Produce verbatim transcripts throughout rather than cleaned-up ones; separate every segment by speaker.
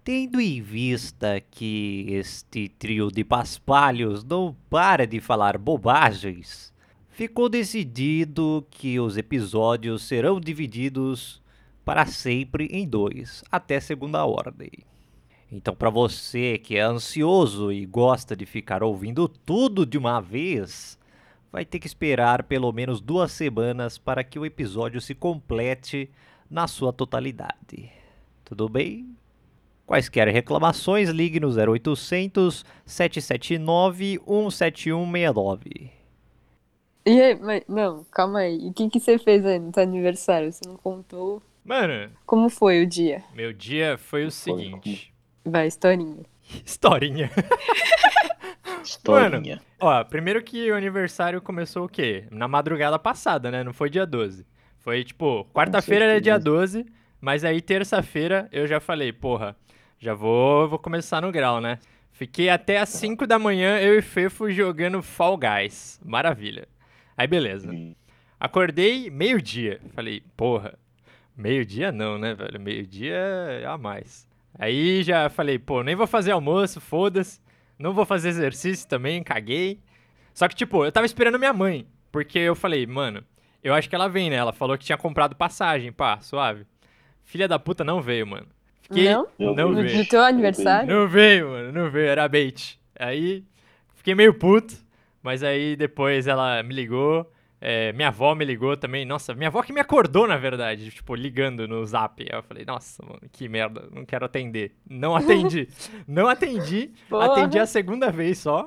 Speaker 1: Tendo em vista que este trio de paspalhos não para de falar bobagens, ficou decidido que os episódios serão divididos para sempre em dois, até segunda ordem. Então, para você que é ansioso e gosta de ficar ouvindo tudo de uma vez, vai ter que esperar pelo menos duas semanas para que o episódio se complete na sua totalidade. Tudo bem? Quaisquer reclamações, ligue no zero oitocentos, sete sete nove, um sete um seis nove.
Speaker 2: E aí, mas, não, calma aí. E o que, que você fez aí no teu aniversário? Você não contou?
Speaker 3: Mano,
Speaker 2: Como foi o dia?
Speaker 3: meu dia foi o seguinte.
Speaker 2: Vai, historinha.
Speaker 3: Historinha.
Speaker 4: Historinha.
Speaker 3: Mano, ó, primeiro que o aniversário começou o quê? Na madrugada passada, né? Não foi dia doze. Foi, tipo, quarta-feira era dia doze, mas aí terça-feira eu já falei, porra, já vou, vou começar no grau, né? Fiquei até às cinco da manhã, eu e Fefo jogando Fall Guys. Maravilha. Aí, beleza. Acordei meio-dia. Falei, porra, meio-dia não, né, velho? Meio-dia é a mais. Aí já falei, pô, nem vou fazer almoço, foda-se. Não vou fazer exercício também, caguei. Só que, tipo, eu tava esperando minha mãe. Porque eu falei, mano, eu acho que ela vem, né? Ela falou que tinha comprado passagem, pá, suave. Filha da puta não veio, mano. Fiquei...
Speaker 2: Não?
Speaker 4: Meu
Speaker 3: Não
Speaker 2: No,
Speaker 4: Deus.
Speaker 3: veio.
Speaker 2: no teu aniversário?
Speaker 3: Não veio, mano, não veio, era bait. Aí, fiquei meio puto, mas aí depois ela me ligou, é, minha avó me ligou também, nossa, minha avó que me acordou, na verdade, tipo, ligando no zap. Aí eu falei, nossa, mano, que merda, não quero atender. Não atendi, não atendi,
Speaker 2: Porra.
Speaker 3: atendi a segunda vez só.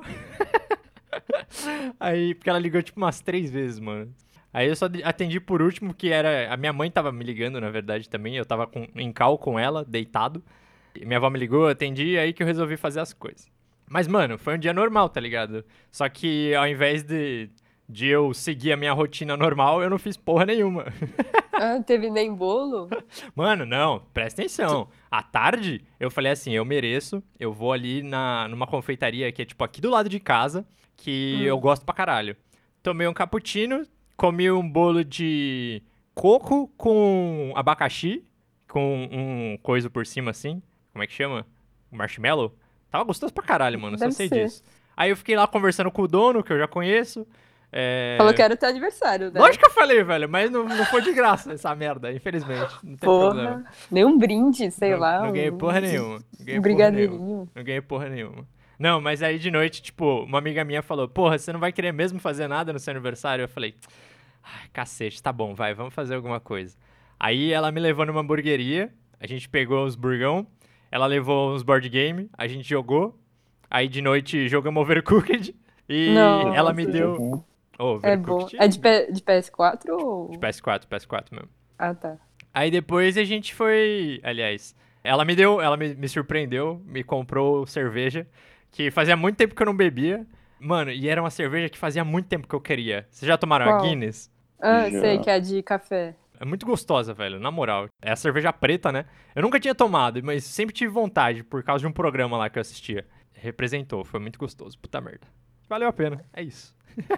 Speaker 3: Aí, porque ela ligou, tipo, umas três vezes, mano. Aí eu só atendi por último, que era... A minha mãe tava me ligando, na verdade, também. Eu tava com, em call com ela, deitado. E minha avó me ligou, eu atendi, aí que eu resolvi fazer as coisas. Mas, mano, foi um dia normal, tá ligado? Só que ao invés de, de eu seguir a minha rotina normal, eu não fiz porra nenhuma.
Speaker 2: Ah, teve nem bolo?
Speaker 3: Mano, não, presta atenção. À tarde, eu falei assim, eu mereço, eu vou ali na, numa confeitaria que é, tipo, aqui do lado de casa, que
Speaker 2: Hum.
Speaker 3: eu gosto pra caralho. Tomei um cappuccino, comi um bolo de coco com abacaxi, com um coisa por cima assim. Como é que chama? Marshmallow? Tava gostoso pra caralho, mano,
Speaker 2: Deve
Speaker 3: só sei
Speaker 2: ser.
Speaker 3: disso. Aí eu fiquei lá conversando com o dono, que eu já conheço. É...
Speaker 2: Falou que era o teu aniversário, né?
Speaker 3: Lógico que eu falei, velho, mas não, não foi de graça essa merda, infelizmente. Não tem problema.
Speaker 2: Porra. Nem um brinde, sei
Speaker 3: não,
Speaker 2: lá.
Speaker 3: Não ganhei
Speaker 2: um-
Speaker 3: porra nenhuma. Não ganhei
Speaker 2: Um
Speaker 3: porra nenhuma.
Speaker 2: brigadeirinho.
Speaker 3: Não ganhei porra nenhuma. Não, mas aí de noite, tipo, uma amiga minha falou, porra, você não vai querer mesmo fazer nada no seu aniversário? Eu falei, ai, cacete, tá bom, vai, vamos fazer alguma coisa. Aí ela me levou numa hamburgueria, a gente pegou uns burgão, ela levou uns board game, a gente jogou, aí de noite jogamos Overcooked, e
Speaker 2: Nossa.
Speaker 3: ela me deu... Oh,
Speaker 2: É bom.
Speaker 3: Overcooked
Speaker 2: É de, P- de P S quatro ou...
Speaker 3: de P S quatro, P S quatro mesmo.
Speaker 2: Ah, tá.
Speaker 3: Aí depois a gente foi, aliás, ela me deu, ela me, me surpreendeu, me comprou cerveja, que fazia muito tempo que eu não bebia. Mano, e era uma cerveja que fazia muito tempo que eu queria. Vocês já tomaram a
Speaker 2: Qual?
Speaker 3: Guinness?
Speaker 2: Ah,
Speaker 4: Já.
Speaker 2: sei que é de café.
Speaker 3: É muito gostosa, velho, na moral. É a cerveja preta, né? Eu nunca tinha tomado, mas sempre tive vontade por causa de um programa lá que eu assistia. Representou, foi muito gostoso, puta merda. Valeu a pena, é isso.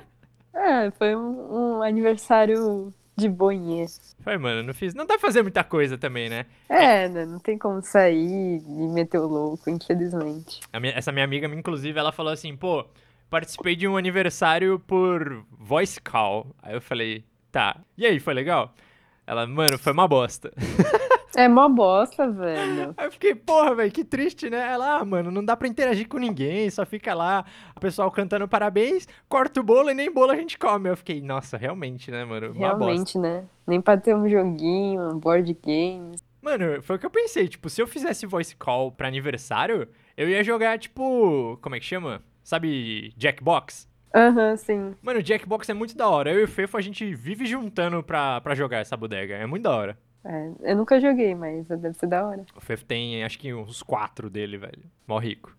Speaker 2: É, foi um, um aniversário de boinha.
Speaker 3: Foi, mano, não fiz. Não dá pra fazer muita coisa também, né?
Speaker 2: É, né? Não tem como sair e meter o louco, infelizmente.
Speaker 3: A minha- essa minha amiga, inclusive, ela falou assim, pô, participei de um aniversário por voice call. Aí eu falei, tá. E aí, foi legal? Ela, mano, foi uma bosta.
Speaker 2: É mó bosta, velho.
Speaker 3: Aí eu fiquei, porra, velho, que triste, né? Ela, ah, mano, não dá pra interagir com ninguém, só fica lá, o pessoal cantando parabéns, corta o bolo e nem bolo a gente come. Eu fiquei, nossa, realmente, né, mano? Uma bosta.
Speaker 2: Realmente, né? Nem pra ter um joguinho, um board game.
Speaker 3: Mano, foi o que eu pensei, tipo, se eu fizesse voice call pra aniversário, eu ia jogar, tipo, como é que chama? Sabe, Jackbox?
Speaker 2: Aham, sim.
Speaker 3: Mano, o Jackbox é muito da hora. Eu e o Fefo, a gente vive juntando pra, pra jogar essa bodega. É muito da hora.
Speaker 2: É, eu nunca joguei, mas deve ser da hora.
Speaker 3: O Fefo tem, acho que uns quatro dele, velho. Mó rico.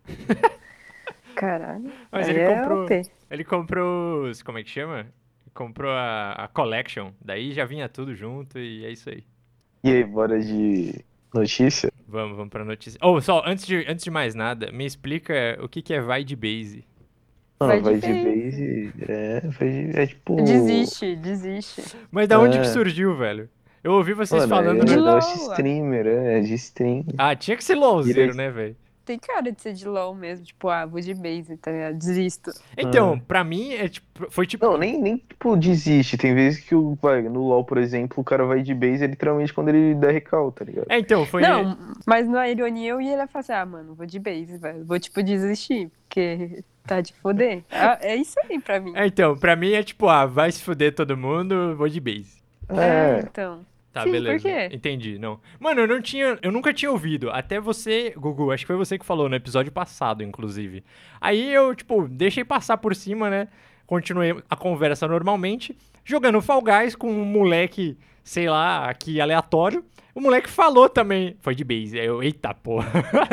Speaker 2: Caralho.
Speaker 3: Mas
Speaker 2: aí
Speaker 3: ele
Speaker 2: é
Speaker 3: comprou...
Speaker 2: O P.
Speaker 3: Ele comprou os... Como é que chama? Ele comprou a, a Collection. Daí já vinha tudo junto e é isso aí.
Speaker 4: E aí, bora de notícia?
Speaker 3: Vamos, vamos pra notícia. Oh, só, antes de, antes de mais nada, me explica o que, que é vai de base.
Speaker 4: Não,
Speaker 2: Vai
Speaker 4: vai
Speaker 2: de
Speaker 4: de base. É, vai de, é tipo.
Speaker 2: Desiste, desiste.
Speaker 3: Mas da onde
Speaker 4: É.
Speaker 3: que surgiu, velho? Eu ouvi vocês
Speaker 4: Mano,
Speaker 3: falando...
Speaker 4: é
Speaker 2: De
Speaker 3: no-
Speaker 2: LOL,
Speaker 4: negócio de streamer, é, de stream.
Speaker 3: Ah, tinha que ser LOLzeiro,
Speaker 4: Direito.
Speaker 3: né, velho?
Speaker 2: Tem cara de ser de LOL mesmo, tipo, ah, vou de base, tá ligado? Desisto.
Speaker 3: Então,
Speaker 4: Ah.
Speaker 3: pra mim, é tipo, foi tipo...
Speaker 4: Não, nem, nem tipo, desiste. Tem vezes que o, vai, no LoL, por exemplo, o cara vai de base é literalmente quando ele dá recal, tá ligado?
Speaker 3: É, então, foi...
Speaker 2: Não, mas na ironia eu ia lá e falar assim, ah, mano, vou de base, velho. Vou, tipo, desistir, porque tá de foder. Ah, é isso aí pra mim.
Speaker 3: É, então, pra mim é tipo, ah, vai se fuder todo mundo, vou de base.
Speaker 2: É,
Speaker 4: É,
Speaker 2: então.
Speaker 3: Tá,
Speaker 2: Sim,
Speaker 3: beleza.
Speaker 2: por quê?
Speaker 3: Entendi, não. Mano, eu não tinha, eu nunca tinha ouvido. Até você, Gugu, acho que foi você que falou no episódio passado, inclusive. Aí eu, tipo, deixei passar por cima, né? Continuei a conversa normalmente, jogando Fall Guys com um moleque, sei lá, aqui aleatório. O moleque falou também, foi de base. Aí eu, eita porra.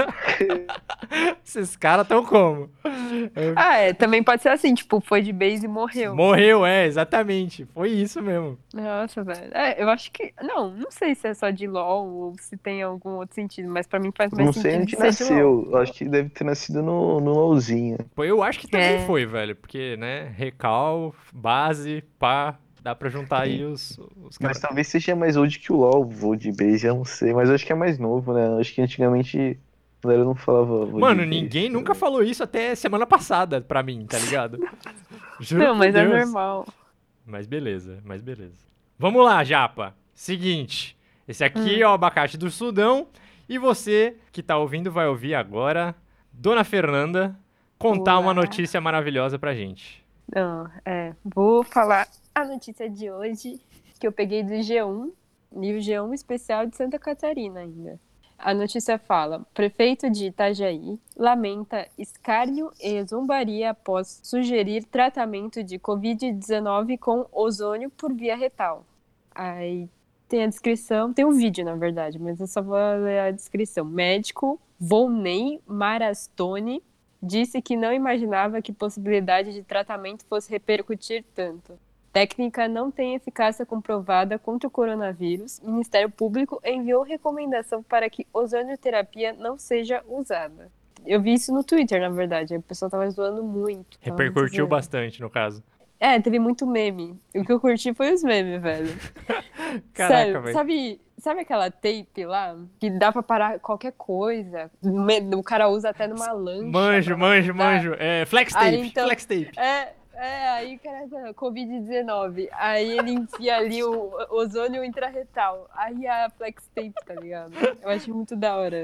Speaker 3: Esses caras tão como?
Speaker 2: Ah, é, também pode ser assim, tipo, foi de base e morreu.
Speaker 3: Morreu, é, exatamente. Foi isso mesmo.
Speaker 2: Nossa, velho. É, eu acho que. Não, não sei se é só de LOL ou se tem algum outro sentido, mas pra mim faz mais
Speaker 4: não sei
Speaker 2: sentido
Speaker 4: onde
Speaker 2: de ser de LOL.
Speaker 4: nasceu. Eu acho que deve ter nascido no, no LoLzinho.
Speaker 3: Pô, eu acho que também
Speaker 2: É.
Speaker 3: foi, velho. Porque, né, recal, base, pá, dá pra juntar aí os, os
Speaker 4: Mas
Speaker 3: caras.
Speaker 4: talvez seja mais old que o LoL, vou de base, eu não sei. Mas eu acho que é mais novo, né? Eu acho que antigamente a galera não falava vou
Speaker 3: Mano,
Speaker 4: de base,
Speaker 3: ninguém
Speaker 4: tá
Speaker 3: nunca
Speaker 4: ligado?
Speaker 3: falou isso até semana passada pra mim, tá ligado? Juro
Speaker 2: Não,
Speaker 3: por
Speaker 2: mas é
Speaker 3: Deus.
Speaker 2: normal.
Speaker 3: Mas beleza, mas beleza. Vamos lá, Japa. Seguinte, esse aqui é o abacate do Sudão. E você que tá ouvindo vai ouvir agora Dona Fernanda contar
Speaker 2: Olá.
Speaker 3: uma notícia maravilhosa pra gente.
Speaker 2: Não, é. Vou falar a notícia de hoje, que eu peguei do G um, e o G um especial de Santa Catarina ainda. A notícia fala: prefeito de Itajaí lamenta escárnio e zombaria após sugerir tratamento de covid dezenove com ozônio por via retal. Aí tem a descrição, tem um vídeo na verdade, mas eu só vou ler a descrição. Médico Volney Marastone disse que não imaginava que possibilidade de tratamento fosse repercutir tanto. Técnica não tem eficácia comprovada contra o coronavírus. Ministério Público enviou recomendação para que ozonioterapia não seja usada. Eu vi isso no Twitter, na verdade. O pessoal tava zoando muito. tava muito
Speaker 3: Repercutiu
Speaker 2: zoando.
Speaker 3: bastante, no caso.
Speaker 2: É, teve muito meme. O que eu curti foi os memes, velho.
Speaker 3: Caraca,
Speaker 2: Sério,
Speaker 3: velho.
Speaker 2: sabe, sabe aquela tape lá? Que dá pra parar qualquer coisa? Me- O cara usa até numa lancha.
Speaker 3: Manjo,
Speaker 2: pra
Speaker 3: manjo,
Speaker 2: matar.
Speaker 3: manjo. É, flex tape,
Speaker 2: Aí, então-
Speaker 3: flex tape.
Speaker 2: É, é, aí, cara, covid dezenove. Aí ele enfia ali o ozônio intrarretal. Aí a flex tape, tá ligado? Eu acho muito da hora.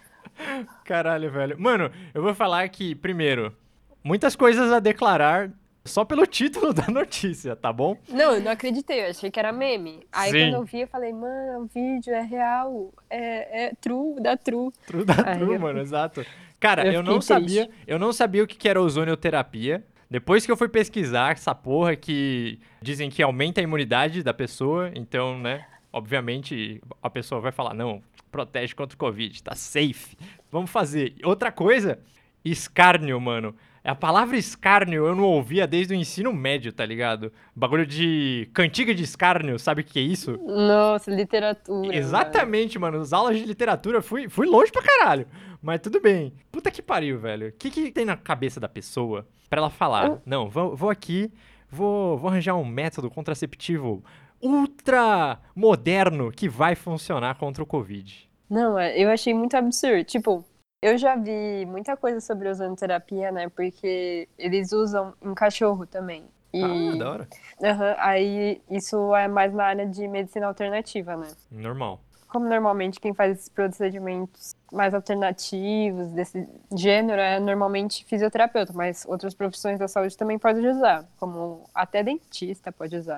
Speaker 3: Caralho, velho. Mano, eu vou falar que, primeiro, muitas coisas a declarar só pelo título da notícia, tá bom?
Speaker 2: Não, eu não acreditei, eu achei que era meme. Aí
Speaker 3: Sim.
Speaker 2: quando eu vi, eu falei, mano, o vídeo é real, é, é true, dá true.
Speaker 3: True da
Speaker 2: Aí
Speaker 3: true,
Speaker 2: eu-
Speaker 3: mano, exato. Cara,
Speaker 2: eu
Speaker 3: eu, não
Speaker 2: fiquei
Speaker 3: sabia,
Speaker 2: triste.
Speaker 3: eu não sabia o que que era ozonioterapia. Depois que eu fui pesquisar essa porra que dizem que aumenta a imunidade da pessoa, então, né, obviamente a pessoa vai falar, não, protege contra o Covid, tá safe, vamos fazer. Outra coisa, escárnio, mano. A palavra escárnio eu não ouvia desde o ensino médio, tá ligado? Bagulho de cantiga de escárnio, sabe o que é isso?
Speaker 2: Nossa, literatura.
Speaker 3: Exatamente, mano. As aulas de literatura fui, fui longe pra caralho. Mas tudo bem. Puta que pariu, velho. O que, que tem na cabeça da pessoa pra ela falar? Não, vou, vou aqui, vou, vou arranjar um método contraceptivo ultra moderno que vai funcionar contra o Covid.
Speaker 2: Não, é, eu achei muito absurdo. Tipo, eu já vi muita coisa sobre ozonoterapia, né? Porque eles usam em cachorro também. E,
Speaker 3: Ah, da hora.
Speaker 2: Aham, aí isso é mais na área de medicina alternativa, né?
Speaker 3: Normal.
Speaker 2: Como normalmente quem faz esses procedimentos mais alternativos desse gênero é normalmente fisioterapeuta, mas outras profissões da saúde também podem usar, como até dentista pode usar.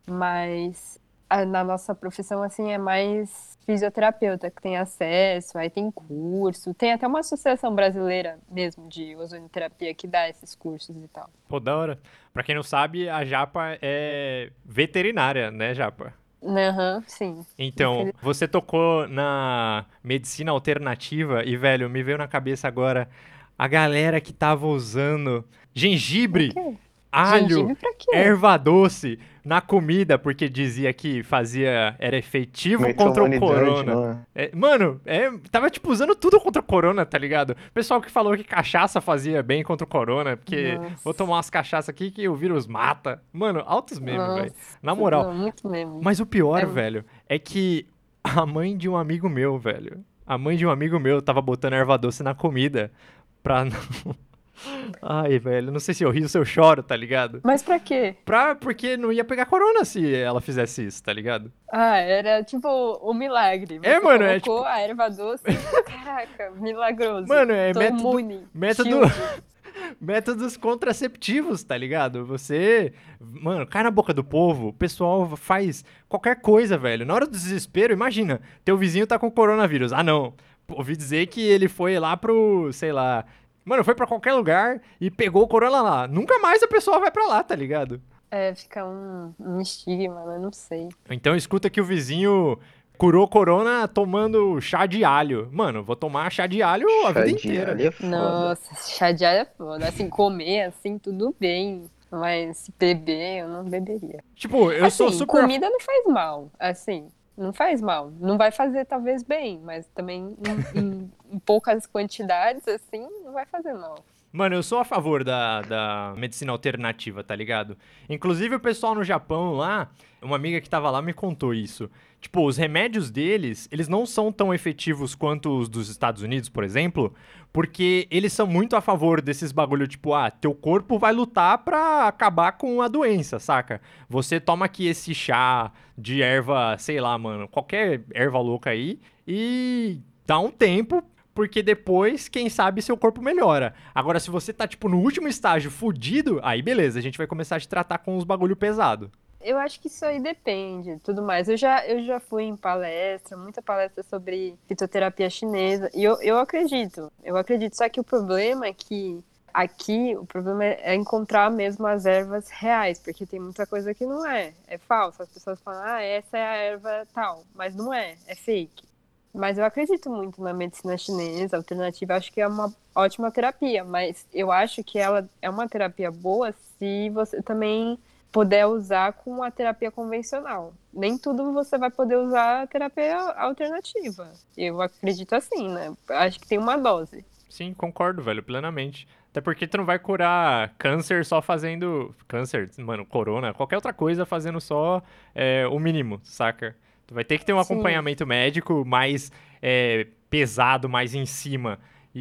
Speaker 2: Mas a- na nossa profissão, assim, é mais fisioterapeuta que tem acesso, aí tem curso, tem até uma associação brasileira mesmo de ozonoterapia que dá esses cursos e tal.
Speaker 3: Pô, da hora. Pra quem não sabe, a Japa é veterinária, né, Japa?
Speaker 2: Aham, sim.
Speaker 3: Então, você tocou na medicina alternativa e, velho, me veio na cabeça agora a galera que tava usando gengibre,
Speaker 2: quê?
Speaker 3: alho,
Speaker 2: Gengibre pra quê?
Speaker 3: erva doce na comida, porque dizia que fazia, era efetivo
Speaker 4: Meio
Speaker 3: contra o
Speaker 4: humanidade,
Speaker 3: corona.
Speaker 4: não é?
Speaker 3: É, mano, é, tava tipo usando tudo contra o corona, tá ligado? O pessoal que falou que cachaça fazia bem contra o corona, porque
Speaker 2: Nossa.
Speaker 3: vou tomar umas cachaças aqui que o vírus mata. Mano, altos memes,
Speaker 2: Nossa,
Speaker 3: velho. Na moral.
Speaker 2: não, muito mesmo.
Speaker 3: Mas o pior,
Speaker 2: É-
Speaker 3: velho, é que a mãe de um amigo meu, velho, a mãe de um amigo meu tava botando erva doce na comida pra não... Ai, velho, não sei se eu rio ou se eu choro, tá ligado?
Speaker 2: Mas pra quê?
Speaker 3: Pra, porque não ia pegar corona se ela fizesse isso, tá ligado?
Speaker 2: Ah, era tipo um milagre. Você
Speaker 3: É, mano, é
Speaker 2: colocou
Speaker 3: tipo-
Speaker 2: a erva doce. Caraca, milagroso.
Speaker 3: Mano, é
Speaker 2: Tô
Speaker 3: método-
Speaker 2: imune.
Speaker 3: método-
Speaker 2: Shield.
Speaker 3: Métodos contraceptivos, tá ligado? Você, mano, cai na boca do povo, o pessoal faz qualquer coisa, velho. Na hora do desespero, imagina, teu vizinho tá com coronavírus. Ah, não. Ouvi dizer que ele foi lá pro, sei lá... Mano, foi pra qualquer lugar e pegou o corona lá. Nunca mais a pessoa vai pra lá, tá ligado?
Speaker 2: É, fica um, um estigma, né? Não sei.
Speaker 3: Então escuta que o vizinho curou corona tomando chá de alho. Mano, vou tomar chá de alho a
Speaker 4: Chá
Speaker 3: vida
Speaker 4: de
Speaker 3: inteira.
Speaker 4: alho é foda.
Speaker 2: Nossa, chá de alho é foda. Assim, comer, assim, tudo bem. Mas se beber, eu não beberia.
Speaker 3: Tipo, eu
Speaker 2: assim,
Speaker 3: sou super...
Speaker 2: comida não faz mal. Assim, não faz mal. Não vai fazer, talvez, bem. Mas também em, em- em poucas quantidades, assim, não vai fazer mal.
Speaker 3: Mano, eu sou a favor da, da medicina alternativa, tá ligado? Inclusive o pessoal no Japão lá, uma amiga que tava lá me contou isso. Tipo, os remédios deles, eles não são tão efetivos quanto os dos Estados Unidos, por exemplo, porque eles são muito a favor desses bagulho, tipo, ah, teu corpo vai lutar pra acabar com a doença, saca? Você toma aqui esse chá de erva, sei lá, mano, qualquer erva louca aí, e dá um tempo, porque depois, quem sabe, seu corpo melhora. Agora, se você tá, tipo, no último estágio fudido, aí beleza, a gente vai começar a te tratar com os bagulho pesado.
Speaker 2: Eu acho que isso aí depende, tudo mais. Eu já, eu já fui em palestra, muita palestra sobre fitoterapia chinesa, e eu, eu acredito, eu acredito. Só que o problema é que aqui, o problema é encontrar mesmo as ervas reais, porque tem muita coisa que não é, é falsa. As pessoas falam, ah, essa é a erva tal, mas não é, é fake. Mas eu acredito muito na medicina chinesa alternativa, acho que é uma ótima terapia, mas eu acho que ela é uma terapia boa se você também puder usar com a terapia convencional. Nem tudo você vai poder usar a terapia alternativa. Eu acredito assim, né? Acho que tem uma dose.
Speaker 3: Sim, concordo, velho, plenamente. Até porque tu não vai curar câncer só fazendo... Câncer, mano, corona, qualquer outra coisa fazendo só é, o mínimo, saca? Tu vai ter que ter um
Speaker 2: Sim.
Speaker 3: acompanhamento médico mais é, pesado, mais em cima.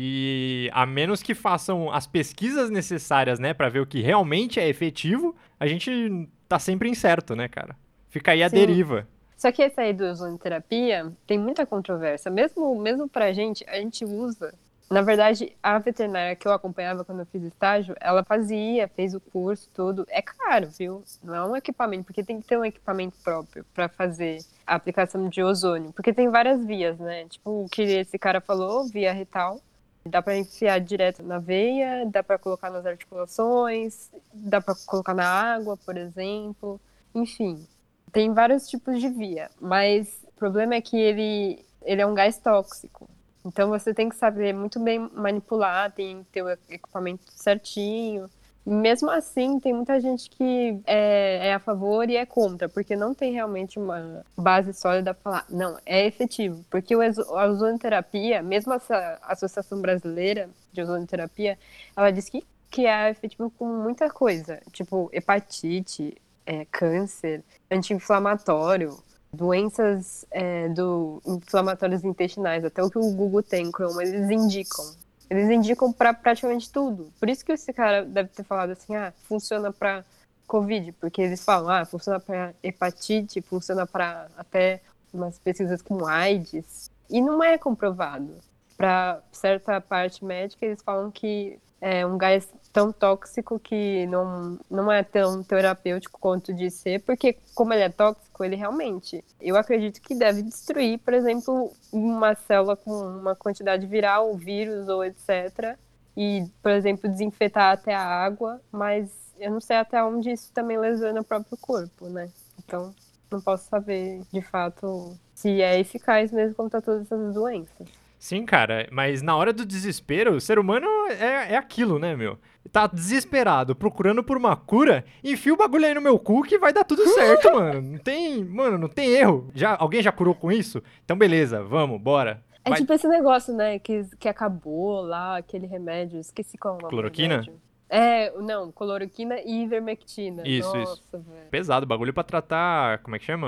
Speaker 3: E a menos que façam as pesquisas necessárias, né, pra ver o que realmente é efetivo, a gente tá sempre incerto, né, cara? Fica aí a
Speaker 2: Sim.
Speaker 3: deriva.
Speaker 2: Só que essa aí do ozonoterapia tem muita controvérsia. Mesmo, mesmo pra gente, a gente usa. Na verdade, a veterinária que eu acompanhava quando eu fiz estágio, ela fazia, fez o curso, tudo. É caro, viu? Não é um equipamento, porque tem que ter um equipamento próprio pra fazer a aplicação de ozônio. Porque tem várias vias, né? Tipo, o que esse cara falou, via retal. Dá pra enfiar direto na veia, dá pra colocar nas articulações, dá pra colocar na água, por exemplo. Enfim, tem vários tipos de via, mas o problema é que ele, ele é um gás tóxico. Então você tem que saber muito bem manipular, tem que ter o equipamento certinho. E mesmo assim, tem muita gente que é, é a favor e é contra, porque não tem realmente uma base sólida para falar, não, é efetivo. Porque o exo- a ozonoterapia, mesmo essa Associação Brasileira de Ozonoterapia, ela diz que, que é efetivo com muita coisa, tipo hepatite, é, câncer, anti-inflamatório, doenças é, do inflamatórias intestinais, até o que o Google tem, Chrome, eles indicam. Eles indicam para praticamente tudo. Por isso que esse cara deve ter falado assim, ah, funciona para Covid, porque eles falam, ah, funciona para hepatite, funciona para até umas pesquisas com AIDS. E não é comprovado. Para certa parte médica, eles falam que é um gás tão tóxico que não, não é tão terapêutico quanto de ser, porque como ele é tóxico, ele realmente, eu acredito que deve destruir, por exemplo, uma célula com uma quantidade viral, vírus ou etcétera. E, por exemplo, desinfetar até a água, mas eu não sei até onde isso também lesiona o próprio corpo, né? Então, não posso saber, de fato, se é eficaz mesmo contra todas essas doenças.
Speaker 3: Sim, cara, mas na hora do desespero, o ser humano é, é aquilo, né, meu? Tá desesperado, procurando por uma cura, enfia o bagulho aí no meu cu que vai dar tudo certo, mano. Não tem, mano, não tem erro. Já, alguém já curou com isso? Então beleza, vamos, bora.
Speaker 2: É
Speaker 3: Vai-
Speaker 2: tipo esse negócio, né, que, que acabou lá, aquele remédio, esqueci qual é o nome do
Speaker 3: Cloroquina?
Speaker 2: remédio. É, não, cloroquina e ivermectina.
Speaker 3: Isso,
Speaker 2: Nossa,
Speaker 3: isso.
Speaker 2: velho.
Speaker 3: Pesado, bagulho pra tratar, como é que chama?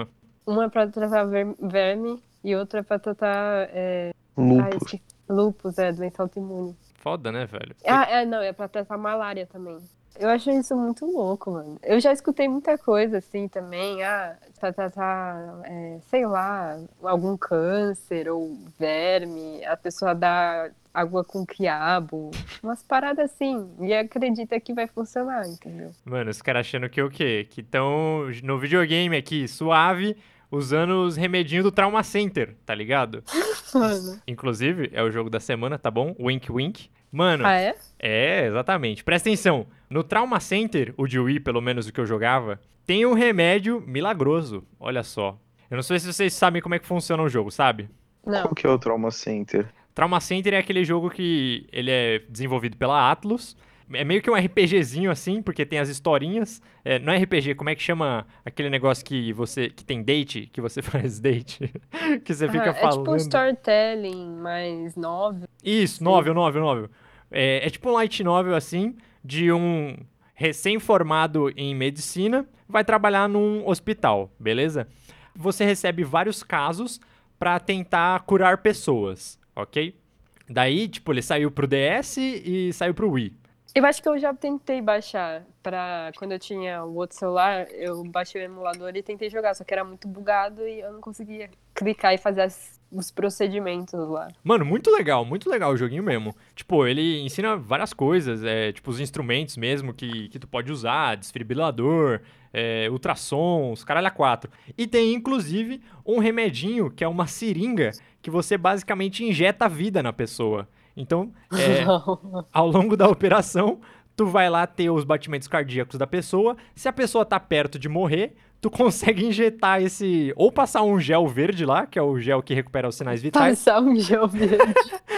Speaker 2: Uma é pra tratar ver- verme e outra é pra tratar... É... Ai,
Speaker 4: Lupus.
Speaker 2: esqueci. Lupus, é, doença autoimune.
Speaker 3: Foda, né, velho?
Speaker 2: Ah, é, não, é pra tratar malária também. Eu acho isso muito louco, mano. Eu já escutei muita coisa assim também, ah, pra tratar, é, sei lá, algum câncer ou verme, a pessoa dá água com quiabo, umas paradas assim, e acredita que vai funcionar, entendeu?
Speaker 3: Mano, os caras achando que o quê? Que estão no videogame aqui, suave, usando os remedinhos do Trauma Center, tá ligado?
Speaker 2: Mano.
Speaker 3: Inclusive, é o jogo da semana, tá bom? Wink Wink. Mano,
Speaker 2: Ah, é?
Speaker 3: é, exatamente. Presta atenção. No Trauma Center, o de Wii, pelo menos o que eu jogava, tem um remédio milagroso. Olha só. Eu não sei se vocês sabem como é que funciona o jogo, sabe?
Speaker 2: Não.
Speaker 4: Qual que é o Trauma Center?
Speaker 3: Trauma Center é aquele jogo que ele é desenvolvido pela Atlus. É meio que um RPGzinho assim, porque tem as historinhas. É, não é R P G, como é que chama aquele negócio que você que tem date, que você faz date, que você fica
Speaker 2: Ah, é
Speaker 3: falando.
Speaker 2: tipo um storytelling mais novel.
Speaker 3: Isso, novel, novel, novel. É, é tipo um light novel assim, de um recém-formado em medicina, vai trabalhar num hospital, beleza? Você recebe vários casos pra tentar curar pessoas, ok? Daí, tipo, ele saiu pro D S e saiu pro Wii.
Speaker 2: Eu acho que eu já tentei baixar pra... Quando eu tinha o outro celular, eu baixei o emulador e tentei jogar, só que era muito bugado e eu não conseguia clicar e fazer as- os procedimentos lá.
Speaker 3: Mano, muito legal, muito legal o joguinho mesmo. Tipo, ele ensina várias coisas, é, tipo, os instrumentos mesmo que, que tu pode usar, desfibrilador, é, ultrassons, caralho a quatro. E tem, inclusive, um remedinho, que é uma seringa, que você basicamente injeta a vida na pessoa. Então, é,
Speaker 2: Não.
Speaker 3: ao longo da operação, tu vai lá ter os batimentos cardíacos da pessoa. Se a pessoa tá perto de morrer, tu consegue injetar esse... Ou passar um gel verde lá, que é o gel que recupera os sinais vitais.
Speaker 2: Passar um gel verde.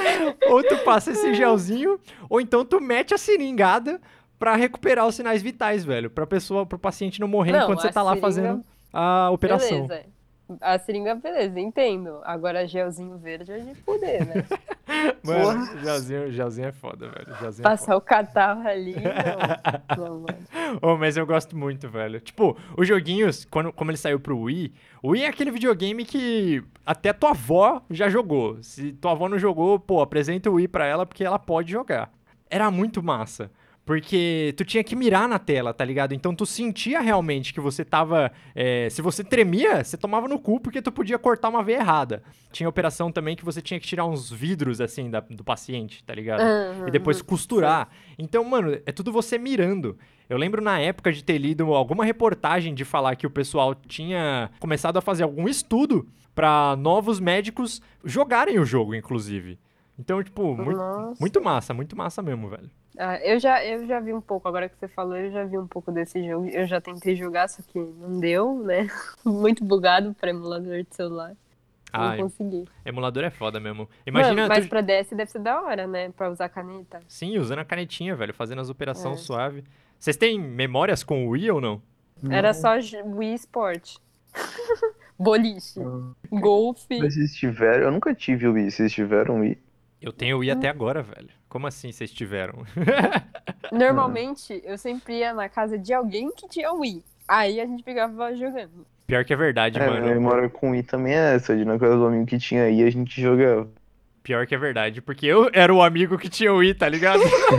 Speaker 3: Ou tu passa esse gelzinho, ou então tu mete a seringada pra recuperar os sinais vitais, velho. Pra pessoa, pro paciente não morrer
Speaker 2: Não,
Speaker 3: enquanto você
Speaker 2: a
Speaker 3: tá lá
Speaker 2: seringa-
Speaker 3: fazendo a operação.
Speaker 2: Beleza. A seringa, beleza, entendo. Agora, gelzinho verde é de fuder, né?
Speaker 3: Mano,
Speaker 2: Porra.
Speaker 3: gelzinho, gelzinho é foda, velho. Gelzinho é foda.
Speaker 2: Passar o catarro ali, não. Não, mano.
Speaker 3: Oh, mas eu gosto muito, velho. Tipo, os joguinhos, quando, como ele saiu pro Wii, o Wii é aquele videogame que até tua avó já jogou. Se tua avó não jogou, pô, apresenta o Wii pra ela porque ela pode jogar. Era muito massa. Porque tu tinha que mirar na tela, tá ligado? Então tu sentia realmente que você tava... é, se você tremia, você tomava no cu porque tu podia cortar uma veia errada. Tinha operação também que você tinha que tirar uns vidros, assim, da- do paciente, tá ligado?
Speaker 2: Aham,
Speaker 3: E depois costurar. Então, mano, é tudo você mirando. Eu lembro na época de ter lido alguma reportagem de falar que o pessoal tinha começado a fazer algum estudo pra novos médicos jogarem o jogo, inclusive. Então, tipo, muito,
Speaker 2: Nossa.
Speaker 3: muito massa, muito massa mesmo, velho.
Speaker 2: Ah, eu, já, eu já vi um pouco, agora que você falou, eu já vi um pouco desse jogo. Eu já tentei jogar, só que não deu, né? Muito bugado pra emulador de celular.
Speaker 3: Ah,
Speaker 2: Não consegui.
Speaker 3: emulador é foda mesmo. Imagina,
Speaker 2: Mano, mas
Speaker 3: tu-
Speaker 2: pra D S deve ser da hora, né? Pra usar caneta.
Speaker 3: sim, usando a canetinha, velho, fazendo as operações
Speaker 2: É.
Speaker 3: suave. Vocês têm memórias com o Wii ou não?
Speaker 2: Era só j- Wii Sport. Boliche. Golfe.
Speaker 4: Mas vocês tiveram. Eu nunca tive o Wii. Vocês tiveram o Wii?
Speaker 3: Eu tenho Wii até agora, velho. Como assim vocês tiveram?
Speaker 2: Normalmente, eu sempre ia na casa de alguém que tinha Wii. Aí a gente ficava jogando.
Speaker 3: Pior que é verdade,
Speaker 4: É, minha
Speaker 3: mano.
Speaker 4: memória com o Wii também é essa, de ir na casa do amigo que tinha aí a gente jogava.
Speaker 3: Pior que é verdade, porque eu era o amigo que tinha o Wii, tá ligado?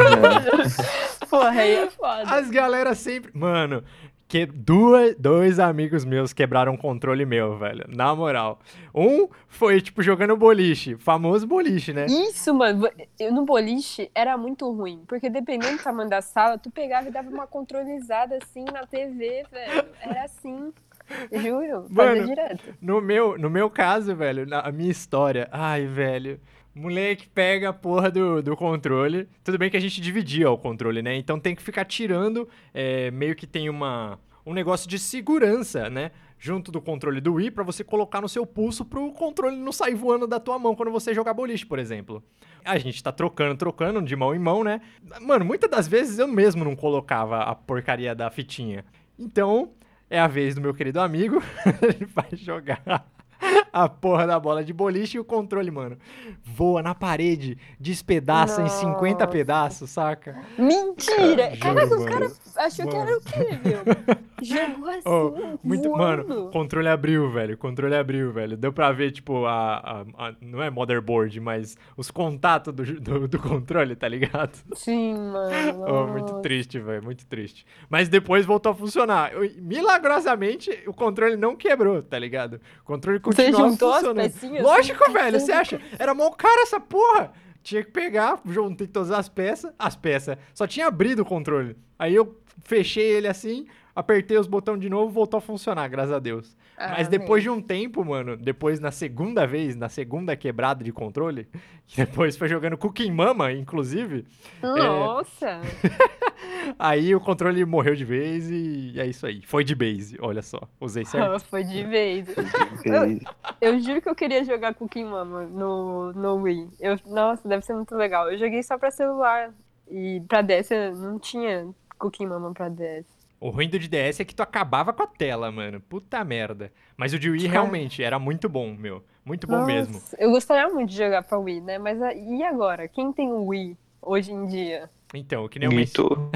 Speaker 2: Porra, aí é foda.
Speaker 3: As galera sempre... Mano, que duas, dois amigos meus quebraram um controle meu, velho. Na moral. Um foi, tipo, jogando boliche. Famoso boliche, né?
Speaker 2: Isso, mano, eu, no boliche era muito ruim. Porque dependendo do tamanho da sala, tu pegava e dava uma controlizada assim na T V, velho. Era assim. Juro, fazia
Speaker 3: Mano,
Speaker 2: direto.
Speaker 3: No meu, no meu caso, velho, na a minha história, ai, velho, moleque pega a porra do, do controle. Tudo bem que a gente dividia o controle, né? Então tem que ficar tirando, é, meio que tem uma, um negócio de segurança, né? Junto do controle do Wii pra você colocar no seu pulso pro controle não sair voando da tua mão quando você jogar boliche, por exemplo. A gente tá trocando, trocando de mão em mão, né? Mano, muitas das vezes eu mesmo não colocava a porcaria da fitinha. Então... é a vez do meu querido amigo, ele vai jogar a porra da bola de boliche e o controle, mano, voa na parede, despedaça em cinquenta
Speaker 2: Nossa.
Speaker 3: pedaços, saca?
Speaker 2: Mentira!
Speaker 3: Juro,
Speaker 2: Caraca, os
Speaker 3: mano.
Speaker 2: caras achou que
Speaker 3: Mano.
Speaker 2: era o quê, meu? Jogou assim,
Speaker 3: Oh, muito, mano, o
Speaker 2: voando.
Speaker 3: controle abriu, velho. O controle abriu, velho. Deu pra ver, tipo, a, a- a- não é motherboard, mas os contatos do, do, do controle, tá ligado?
Speaker 2: Sim, mano.
Speaker 3: Oh, muito
Speaker 2: nossa.
Speaker 3: triste, velho, muito triste. Mas depois voltou a funcionar. Eu- milagrosamente, o controle não quebrou, tá ligado? O controle
Speaker 2: Você
Speaker 3: continuava
Speaker 2: juntou as
Speaker 3: funcionando.
Speaker 2: pecinhas?
Speaker 3: Lógico,
Speaker 2: Assim,
Speaker 3: velho, você acha? Era mó cara essa porra. Tinha que pegar, juntei todas as peças, as peças. Só tinha abrido o controle. Aí eu fechei ele assim, apertei os botões de novo, voltou a funcionar, graças a Deus.
Speaker 2: Ah,
Speaker 3: Mas depois de
Speaker 2: velho.
Speaker 3: um tempo, mano, depois na segunda vez, na segunda quebrada de controle, que depois foi jogando Cooking Mama, inclusive,
Speaker 2: Nossa!
Speaker 3: aí o controle morreu de vez e é isso aí. Foi de base, olha só, usei certo.
Speaker 2: Foi de vez.
Speaker 4: E-
Speaker 2: Eu juro que eu queria jogar Cooking Mama no, no Wii. Eu, nossa, deve ser muito legal. Eu joguei só pra celular. E pra D S eu não tinha Cooking Mama pra D S.
Speaker 3: O ruim do de D S é que tu acabava com a tela, mano. Puta merda. Mas o de Wii
Speaker 2: Cara.
Speaker 3: realmente era muito bom, meu. Muito bom
Speaker 2: Nossa,
Speaker 3: mesmo.
Speaker 2: eu gostaria muito de jogar pra Wii, né? Mas a- e agora? Quem tem o Wii hoje em dia?
Speaker 3: Então, que nem eu mencionei.
Speaker 4: Mito.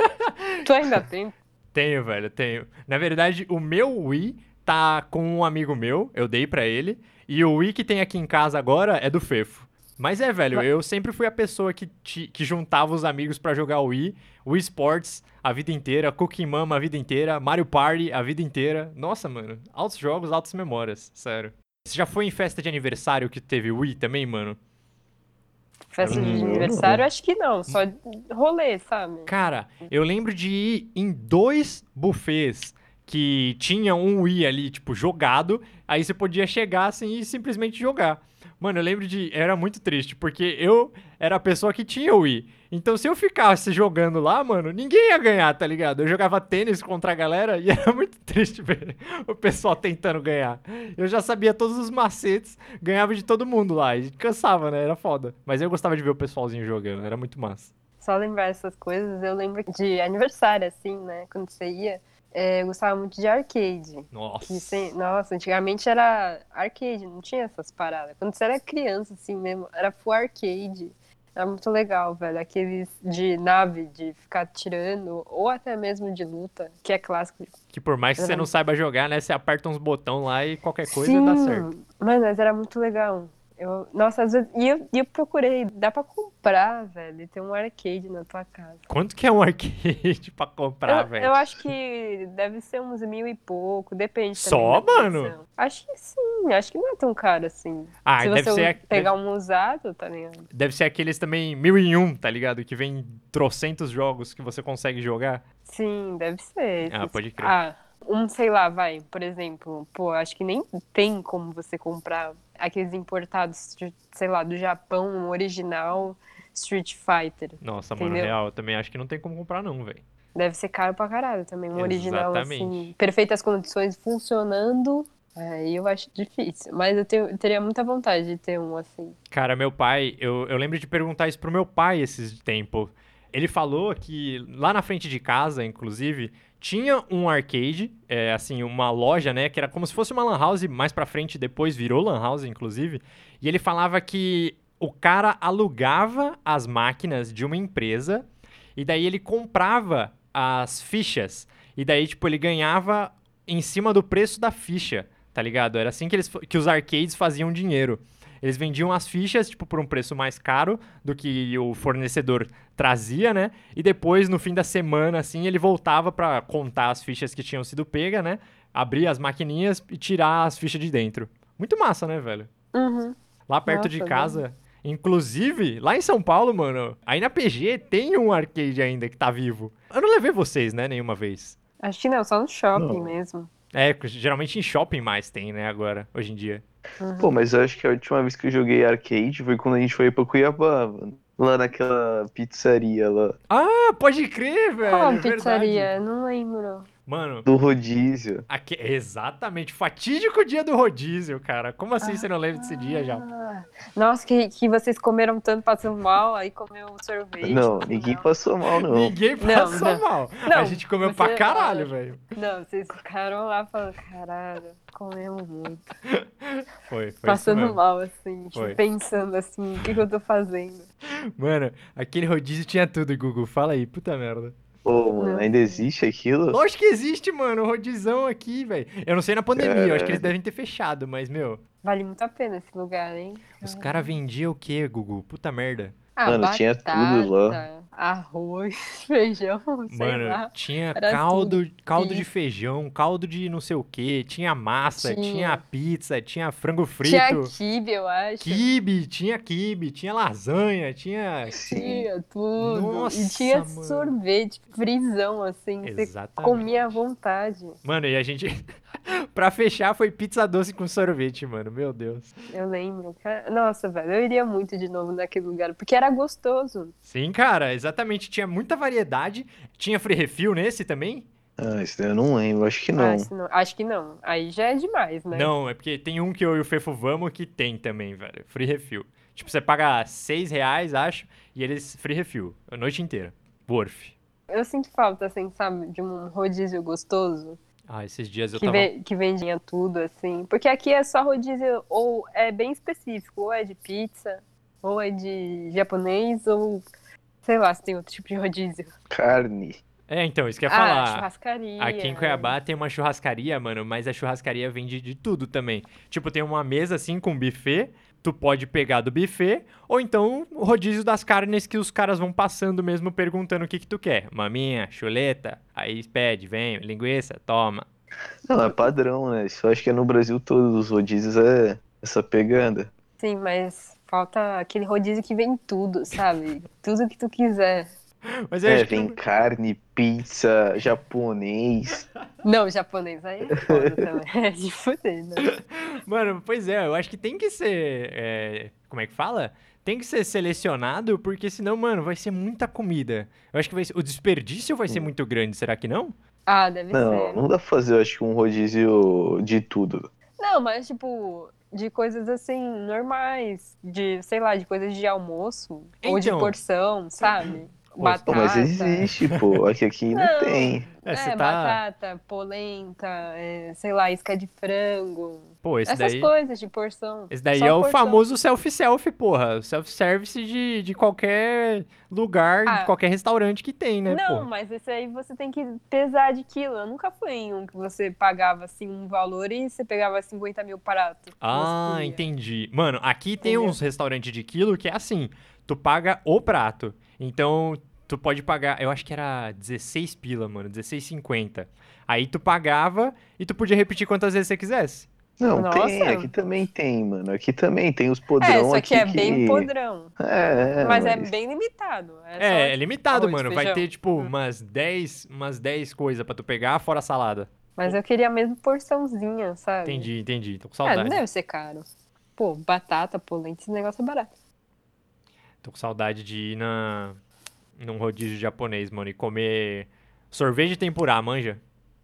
Speaker 2: Tu ainda tem?
Speaker 3: Tenho, velho, tenho. Na verdade, o meu Wii tá com um amigo meu, eu dei pra ele. E o Wii que tem aqui em casa agora é do Fefo. Mas é, velho,
Speaker 2: Mas-
Speaker 3: eu sempre fui a pessoa que, ti- que juntava os amigos pra jogar o Wii, Wii Sports a vida inteira, Cooking Mama a vida inteira, Mario Party a vida inteira. Nossa, mano, altos jogos, altas memórias, sério. Você já foi em festa de aniversário que teve Wii também, mano?
Speaker 2: Festa de
Speaker 4: Hum,
Speaker 2: aniversário? Acho que não, só rolê, sabe?
Speaker 3: Cara, eu lembro de ir em dois buffets que tinha um Wii ali, tipo, jogado. Aí você podia chegar assim e simplesmente jogar. Mano, eu lembro de. Era muito triste, porque eu era a pessoa que tinha o Wii. Então, se eu ficasse jogando lá, mano, ninguém ia ganhar, tá ligado? Eu jogava tênis contra a galera e era muito triste ver o pessoal tentando ganhar. Eu já sabia todos os macetes, ganhava de todo mundo lá. E cansava, né? Era foda. Mas eu gostava de ver o pessoalzinho jogando, era muito massa.
Speaker 2: Só lembrar essas coisas, eu lembro de aniversário, assim, né? Quando você ia, é, eu gostava muito de arcade.
Speaker 3: Nossa.
Speaker 2: Que sem- Nossa, antigamente era arcade, não tinha essas paradas. Quando você era criança, assim mesmo, era full arcade. Era muito legal, velho. Aqueles de nave, de ficar tirando, ou até mesmo de luta, que é clássico.
Speaker 3: Que por mais que você
Speaker 2: Era-
Speaker 3: não saiba jogar, né? Você aperta uns botão lá e qualquer coisa
Speaker 2: Sim,
Speaker 3: dá certo.
Speaker 2: mano, mas era muito legal. Eu, nossa, às vezes. E eu, e eu procurei, dá pra comprar, velho, e ter um arcade na tua casa.
Speaker 3: Quanto que é um arcade pra comprar,
Speaker 2: eu,
Speaker 3: velho?
Speaker 2: eu acho que deve ser uns mil e pouco, depende
Speaker 3: Só,
Speaker 2: também da
Speaker 3: mano?
Speaker 2: condição. Acho que sim, acho que não é tão caro assim.
Speaker 3: Ah,
Speaker 2: Se
Speaker 3: deve
Speaker 2: você
Speaker 3: ser, a-
Speaker 2: pegar
Speaker 3: deve,
Speaker 2: um usado, tá ligado?
Speaker 3: deve ser aqueles também mil e um, tá ligado? Que vem trocentos jogos que você consegue jogar.
Speaker 2: Sim, deve ser.
Speaker 3: Ah,
Speaker 2: esses-
Speaker 3: pode crer.
Speaker 2: Ah, um, sei lá, vai, por exemplo, pô, acho que nem tem como você comprar aqueles importados, de, sei lá, do Japão, um original Street Fighter.
Speaker 3: Nossa, mano,
Speaker 2: Entendeu?
Speaker 3: real, eu também acho que não tem como comprar não, velho.
Speaker 2: Deve ser caro pra caralho também. Um original,
Speaker 3: Exatamente.
Speaker 2: assim, perfeitas condições, funcionando. Aí eu acho difícil. Mas eu, tenho- eu teria muita vontade de ter um assim.
Speaker 3: Cara, meu pai, eu, eu lembro de perguntar isso pro meu pai esses tempos. Ele falou que lá na frente de casa, inclusive, tinha um arcade, é, assim, uma loja, né, que era como se fosse uma lan house, mais pra frente depois virou lan house, inclusive. E ele falava que o cara alugava as máquinas de uma empresa e daí ele comprava as fichas. E daí, tipo, ele ganhava em cima do preço da ficha, tá ligado? Era assim que, eles, que os arcades faziam dinheiro. Eles vendiam as fichas, tipo, por um preço mais caro do que o fornecedor trazia, né? E depois, no fim da semana, assim, ele voltava pra contar as fichas que tinham sido pegas, né? Abrir as maquininhas e tirar as fichas de dentro. Muito massa, né, velho?
Speaker 2: Uhum.
Speaker 3: Lá perto
Speaker 2: Nossa,
Speaker 3: de casa. Inclusive, lá em São Paulo, mano, aí na P G tem um arcade ainda que tá vivo. Eu não levei vocês, né, nenhuma vez.
Speaker 2: Acho que não, só no shopping
Speaker 4: Não.
Speaker 2: mesmo.
Speaker 3: É, geralmente em shopping mais tem, né, agora, hoje em dia.
Speaker 2: Uhum.
Speaker 4: Pô, mas eu acho que a última vez que eu joguei arcade foi quando a gente foi pra Cuiabá, mano. Lá naquela pizzaria lá.
Speaker 3: Ah, pode crer, velho.
Speaker 2: Qual
Speaker 3: verdade.
Speaker 2: pizzaria? Não lembro.
Speaker 3: Mano,
Speaker 4: do rodízio.
Speaker 3: aque- exatamente, fatídico dia do rodízio, cara. Como assim você não lembra desse dia já?
Speaker 2: Ah, nossa, que, que vocês comeram tanto, passando mal, aí comeu um sorvete.
Speaker 4: Não,
Speaker 2: no
Speaker 4: ninguém
Speaker 2: final.
Speaker 4: passou mal, não.
Speaker 3: Ninguém
Speaker 2: Não,
Speaker 3: passou
Speaker 2: não.
Speaker 3: mal. A
Speaker 2: Não,
Speaker 3: gente comeu
Speaker 2: você-
Speaker 3: pra caralho, velho.
Speaker 2: Não, vocês ficaram lá falando, caralho, comemos muito.
Speaker 3: Foi, foi isso
Speaker 2: Passando
Speaker 3: mesmo.
Speaker 2: mal, assim, tipo,
Speaker 3: Foi.
Speaker 2: pensando assim, o que, que eu tô fazendo?
Speaker 3: Mano, aquele rodízio tinha tudo, Gugu. Fala aí, puta merda.
Speaker 4: Pô, mano,
Speaker 2: Não.
Speaker 4: ainda existe aquilo?
Speaker 3: Lógico que existe, mano, o rodizão aqui, velho. Eu não sei na pandemia, eu acho que eles
Speaker 4: Caralho.
Speaker 3: devem ter fechado, mas, meu,
Speaker 2: Vale muito a pena esse lugar, hein?
Speaker 3: os caras vendiam o quê, Gugu? Puta merda.
Speaker 2: Ah,
Speaker 4: Mano, tinha tudo lá.
Speaker 2: batata, arroz, feijão, sei
Speaker 3: Mano,
Speaker 2: lá.
Speaker 3: tinha
Speaker 2: era
Speaker 3: caldo,
Speaker 2: tudo.
Speaker 3: caldo de
Speaker 2: Pizza.
Speaker 3: feijão, caldo de não sei o quê, tinha massa, tinha,
Speaker 2: Tinha.
Speaker 3: pizza, tinha frango
Speaker 2: Tinha
Speaker 3: frito,
Speaker 2: quibe, eu acho.
Speaker 3: quibe, tinha quibe, tinha lasanha, tinha...
Speaker 4: Sim.
Speaker 2: Tinha tudo.
Speaker 3: Nossa,
Speaker 2: e tinha
Speaker 3: mano.
Speaker 2: sorvete, frisão, assim. Você
Speaker 3: Exatamente.
Speaker 2: comia à vontade.
Speaker 3: Mano, e a gente... pra fechar foi pizza doce com sorvete, mano, meu Deus.
Speaker 2: Eu lembro. cara. Nossa, velho, eu iria muito de novo naquele lugar, porque era gostoso.
Speaker 3: Sim, cara, exatamente, tinha muita variedade. Tinha free refill nesse também?
Speaker 4: Ah, isso daí eu não lembro, acho que
Speaker 2: Ah,
Speaker 4: não.
Speaker 2: se não- acho que não. Aí já é demais, né?
Speaker 3: Não, é porque tem um que eu e o Fefo vamos que tem também, velho. Free refill. Tipo, você paga seis reais, acho, e eles free refill. A noite inteira. Worth.
Speaker 2: Eu sinto falta, assim, sabe, de um rodízio gostoso.
Speaker 3: Ah, esses dias eu
Speaker 2: Que,
Speaker 3: tava...
Speaker 2: ve- que vendia tudo, assim. Porque aqui é só rodízio, ou é bem específico, ou é de pizza, ou é de japonês, ou sei lá se tem outro tipo de rodízio.
Speaker 4: Carne.
Speaker 3: É, então, isso que eu ia
Speaker 2: Ah,
Speaker 3: falar.
Speaker 2: churrascaria.
Speaker 3: Aqui em Cuiabá tem uma churrascaria, mano, mas a churrascaria vende de tudo também. Tipo, tem uma mesa assim com buffet, tu pode pegar do buffet, ou então o rodízio das carnes que os caras vão passando mesmo perguntando o que que tu quer. Maminha, chuleta, aí pede, vem, linguiça, toma.
Speaker 4: Não, é padrão, né? Isso eu acho que é no Brasil todos os rodízios é essa peganda.
Speaker 2: Sim, mas falta aquele rodízio que vem tudo, sabe? Tudo que tu quiser.
Speaker 3: Mas eu
Speaker 4: É,
Speaker 3: acho que
Speaker 4: vem
Speaker 3: não-
Speaker 4: carne, pizza, japonês.
Speaker 2: Não, japonês aí é foda também. É de fuder, né?
Speaker 3: Mano, pois é, eu acho que tem que ser. é, Como é que fala? Tem que ser selecionado, porque senão, mano, vai ser muita comida. Eu acho que vai ser- o desperdício vai ser muito grande, será que não?
Speaker 2: Ah, deve
Speaker 4: Não,
Speaker 2: ser.
Speaker 4: não dá pra fazer, eu acho que um rodízio de tudo.
Speaker 2: Não, mas tipo, de coisas assim, normais. De, sei lá, de coisas de almoço. Ou de
Speaker 3: Então.
Speaker 2: porção, sabe?
Speaker 3: Pô,
Speaker 2: Batata.
Speaker 4: Pô, mas existe, pô. Aqui, aqui não
Speaker 2: Não.
Speaker 4: tem.
Speaker 3: É,
Speaker 2: É,
Speaker 3: você tá.
Speaker 2: batata, polenta, é, sei lá, isca de frango.
Speaker 3: Pô, esse
Speaker 2: Essas
Speaker 3: daí.
Speaker 2: coisas de porção.
Speaker 3: Esse daí
Speaker 2: Só
Speaker 3: é o
Speaker 2: porção.
Speaker 3: famoso self-self, porra. Self-service de, de qualquer lugar,
Speaker 2: Ah.
Speaker 3: de qualquer restaurante que tem, né,
Speaker 2: Não,
Speaker 3: porra?
Speaker 2: mas esse aí você tem que pesar de quilo. Eu nunca fui em um que você pagava assim um valor e você pegava cinquenta mil pratos. que
Speaker 3: Ah,
Speaker 2: você comia.
Speaker 3: entendi. Mano, aqui tem
Speaker 2: Entendeu?
Speaker 3: uns restaurantes de quilo que é assim: tu paga o prato. Então, tu pode pagar, eu acho que era dezesseis pila, mano, dezesseis e cinquenta. Aí tu pagava e tu podia repetir quantas vezes você quisesse.
Speaker 4: Não,
Speaker 2: Nossa.
Speaker 4: tem. Aqui também tem, mano. Aqui também tem os
Speaker 2: É,
Speaker 4: podrão
Speaker 2: só
Speaker 4: aqui
Speaker 2: que é
Speaker 4: que...
Speaker 2: bem podrão.
Speaker 4: É, é,
Speaker 2: mas, é bem limitado. É, só,
Speaker 3: É, é
Speaker 2: tipo,
Speaker 3: limitado,
Speaker 2: arroz,
Speaker 3: mano. Vai
Speaker 2: feijão.
Speaker 3: ter, tipo,
Speaker 2: Hum.
Speaker 3: umas dez, umas dez coisas pra tu pegar, fora a salada.
Speaker 2: Mas eu queria mesmo porçãozinha, sabe?
Speaker 3: Entendi, entendi. Tô com
Speaker 2: É, não
Speaker 3: saudade.
Speaker 2: deve ser caro. Pô, batata, polenta, esse negócio é barato.
Speaker 3: Tô com saudade de ir na, num rodízio japonês, mano, e comer sorvete de tempurá, manja?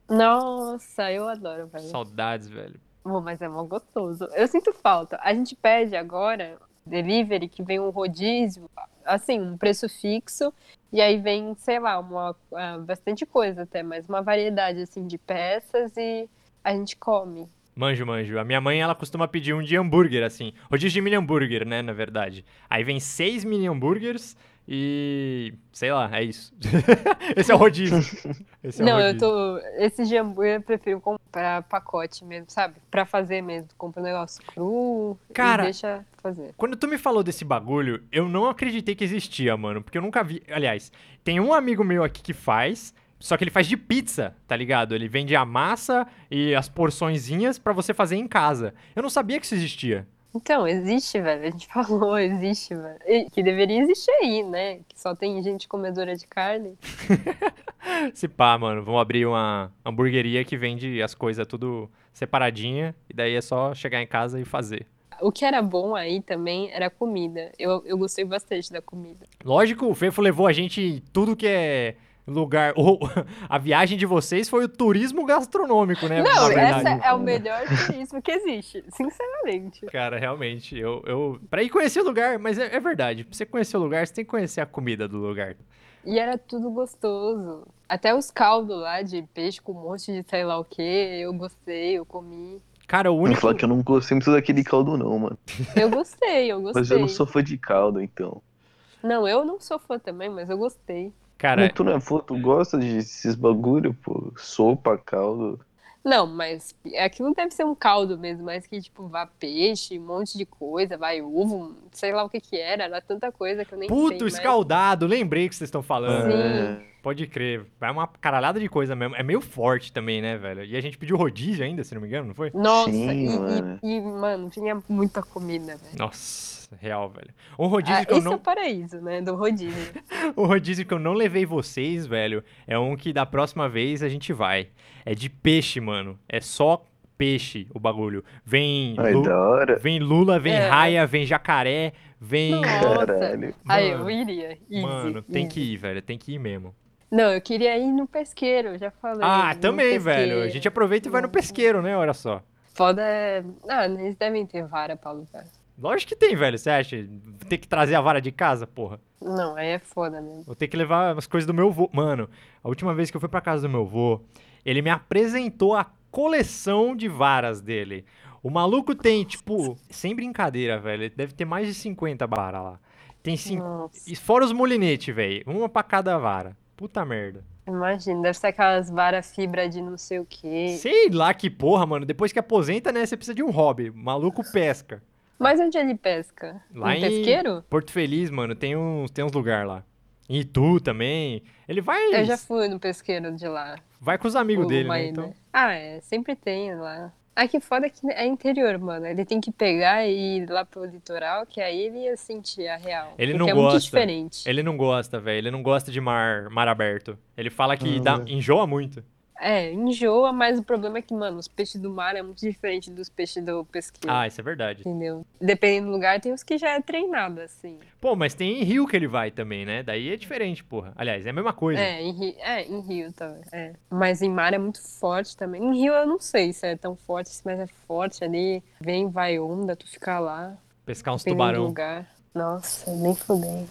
Speaker 2: Nossa, eu adoro, velho.
Speaker 3: Saudades, velho.
Speaker 2: Bom, mas é mó gostoso. Eu sinto falta. A gente pede agora, delivery, que vem um rodízio, assim, um preço fixo, e aí vem, sei lá, uma, ah, bastante coisa até, mas uma variedade, assim, de peças e a gente come.
Speaker 3: Manjo, manjo. A minha mãe, ela costuma pedir um de hambúrguer, assim. Rodízio de mini hambúrguer, né, na verdade. Aí vem seis mini hambúrgueres e... sei lá, é isso. Esse é o rodízio. Esse é o
Speaker 2: Não, eu
Speaker 3: rodízio.
Speaker 2: tô. Esse de hambúrguer eu prefiro comprar pacote mesmo, sabe? Pra fazer mesmo. Compra um negócio cru
Speaker 3: Cara,
Speaker 2: e deixa fazer.
Speaker 3: Quando tu me falou desse bagulho, eu não acreditei que existia, mano. Porque eu nunca vi. Aliás, tem um amigo meu aqui que faz. Só que ele faz de pizza, tá ligado? Ele vende a massa e as porçõezinhas pra você fazer em casa. Eu não sabia que isso existia.
Speaker 2: Então, existe, velho. A gente falou, existe, velho. E que deveria existir aí, né? Que só tem gente comedora de carne.
Speaker 3: Se pá, mano, vamos abrir uma hamburgueria que vende as coisas tudo separadinha. E daí é só chegar em casa e fazer.
Speaker 2: O que era bom aí também era a comida. Eu, eu gostei bastante da comida.
Speaker 3: Lógico, o Fefo levou a gente em tudo que é lugar... Ou, a viagem de vocês foi o turismo gastronômico, né?
Speaker 2: Não,
Speaker 3: na verdade.
Speaker 2: essa é o melhor turismo que existe, sinceramente.
Speaker 3: Cara, realmente, eu, eu... Pra ir conhecer o lugar, mas é, é verdade. Pra você conhecer o lugar, você tem que conhecer a comida do lugar.
Speaker 2: E era tudo gostoso. Até os caldos lá de peixe com um monte de sei lá o que, eu gostei, eu comi.
Speaker 3: Cara, o
Speaker 4: Eu vou
Speaker 3: único...
Speaker 4: falar que eu não gostei muito daquele caldo, não, mano.
Speaker 2: Eu gostei, eu gostei.
Speaker 4: Mas eu não sou fã de caldo, então.
Speaker 2: Não, eu não sou fã também, mas eu gostei.
Speaker 3: Cara,
Speaker 4: Não, tu não é fã, tu gosta desses bagulho, pô. Sopa, caldo.
Speaker 2: Não, mas aquilo deve ser um caldo mesmo, mas que, tipo, vá peixe, um monte de coisa, vai ovo, sei lá o que que era, era tanta coisa que eu nem sei
Speaker 3: puto
Speaker 2: mais.
Speaker 3: escaldado, lembrei que vocês estão falando.
Speaker 2: Sim.
Speaker 3: Pode crer. Vai uma caralhada de coisa mesmo. É meio forte também, né, velho? E a gente pediu rodízio ainda, se não me engano, não foi?
Speaker 2: Nossa,
Speaker 4: Sim,
Speaker 2: e,
Speaker 4: mano.
Speaker 2: e, e, mano, tinha muita comida, velho.
Speaker 3: Nossa, real, velho. Um rodízio
Speaker 2: Ah,
Speaker 3: que eu
Speaker 2: esse é
Speaker 3: não...
Speaker 2: o paraíso, né, do rodízio.
Speaker 3: O rodízio que eu não levei vocês, velho, é um que da próxima vez a gente vai. É de peixe, mano. É só peixe o bagulho. Vem,
Speaker 4: Ai,
Speaker 3: lu-
Speaker 4: da hora.
Speaker 3: vem lula, vem
Speaker 2: É.
Speaker 3: raia, vem jacaré, vem...
Speaker 2: Nossa.
Speaker 4: Caralho.
Speaker 2: Aí eu
Speaker 3: Mano,
Speaker 2: iria, easy,
Speaker 3: Mano, tem
Speaker 2: easy.
Speaker 3: que ir, velho. Tem que ir mesmo.
Speaker 2: Não, eu queria ir no pesqueiro, eu já falei.
Speaker 3: Ah,
Speaker 2: no
Speaker 3: também, velho. A
Speaker 2: pesqueiro.
Speaker 3: gente aproveita e vai no pesqueiro, né? Olha só.
Speaker 2: Foda é... Ah, eles devem ter vara pra alugar.
Speaker 3: Lógico que tem, velho. Você acha? Tem que trazer a vara de casa, porra.
Speaker 2: Não, aí é foda mesmo.
Speaker 3: Vou ter que levar as coisas do meu vô. Mano, a última vez que eu fui pra casa do meu vô, ele me apresentou a coleção de varas dele. O maluco tem, tipo, sem brincadeira, velho, ele deve ter mais de cinquenta varas lá. Tem cinco.
Speaker 2: Nossa,
Speaker 3: E fora os molinetes, velho. Uma pra cada vara. Puta merda.
Speaker 2: imagina, deve ser aquelas varas fibra de não sei o quê.
Speaker 3: Sei lá que porra, mano. Depois que aposenta, né, você precisa de um hobby. O maluco pesca.
Speaker 2: Mas onde ele pesca?
Speaker 3: Lá
Speaker 2: no
Speaker 3: em
Speaker 2: pesqueiro?
Speaker 3: Porto Feliz, mano, tem uns, tem uns lugares lá. Em Itu também. Ele vai.
Speaker 2: Eu já fui no pesqueiro de lá.
Speaker 3: Vai com os amigos
Speaker 2: o
Speaker 3: dele, né?
Speaker 2: Maíra.
Speaker 3: Então.
Speaker 2: Ah, é, sempre tem lá. Ah, que foda que é interior, mano. Ele tem que pegar e ir lá pro litoral, que aí ele ia sentir a real.
Speaker 3: Ele
Speaker 2: porque
Speaker 3: não
Speaker 2: é
Speaker 3: gosta.
Speaker 2: muito diferente.
Speaker 3: Ele não gosta, velho. Ele não gosta de mar, mar aberto. Ele fala que
Speaker 4: Ah,
Speaker 3: dá,
Speaker 4: né?
Speaker 3: enjoa muito.
Speaker 2: É, enjoa, mas o problema é que, mano, os peixes do mar é muito diferente dos peixes do pesqueiro.
Speaker 3: Ah, isso é verdade.
Speaker 2: Entendeu? Dependendo do lugar, tem os que já é treinado, assim.
Speaker 3: Pô, mas tem em Rio que ele vai também, né? Daí é diferente, porra. Aliás, é a mesma coisa.
Speaker 2: É, em Rio, é, em Rio também. É. Mas em mar é muito forte também. Em Rio eu não sei se é tão forte, mas é forte ali. Vem, vai onda, tu fica lá.
Speaker 3: Pescar uns
Speaker 2: Dependendo do
Speaker 3: tubarão.
Speaker 2: lugar. Nossa, nem fudei.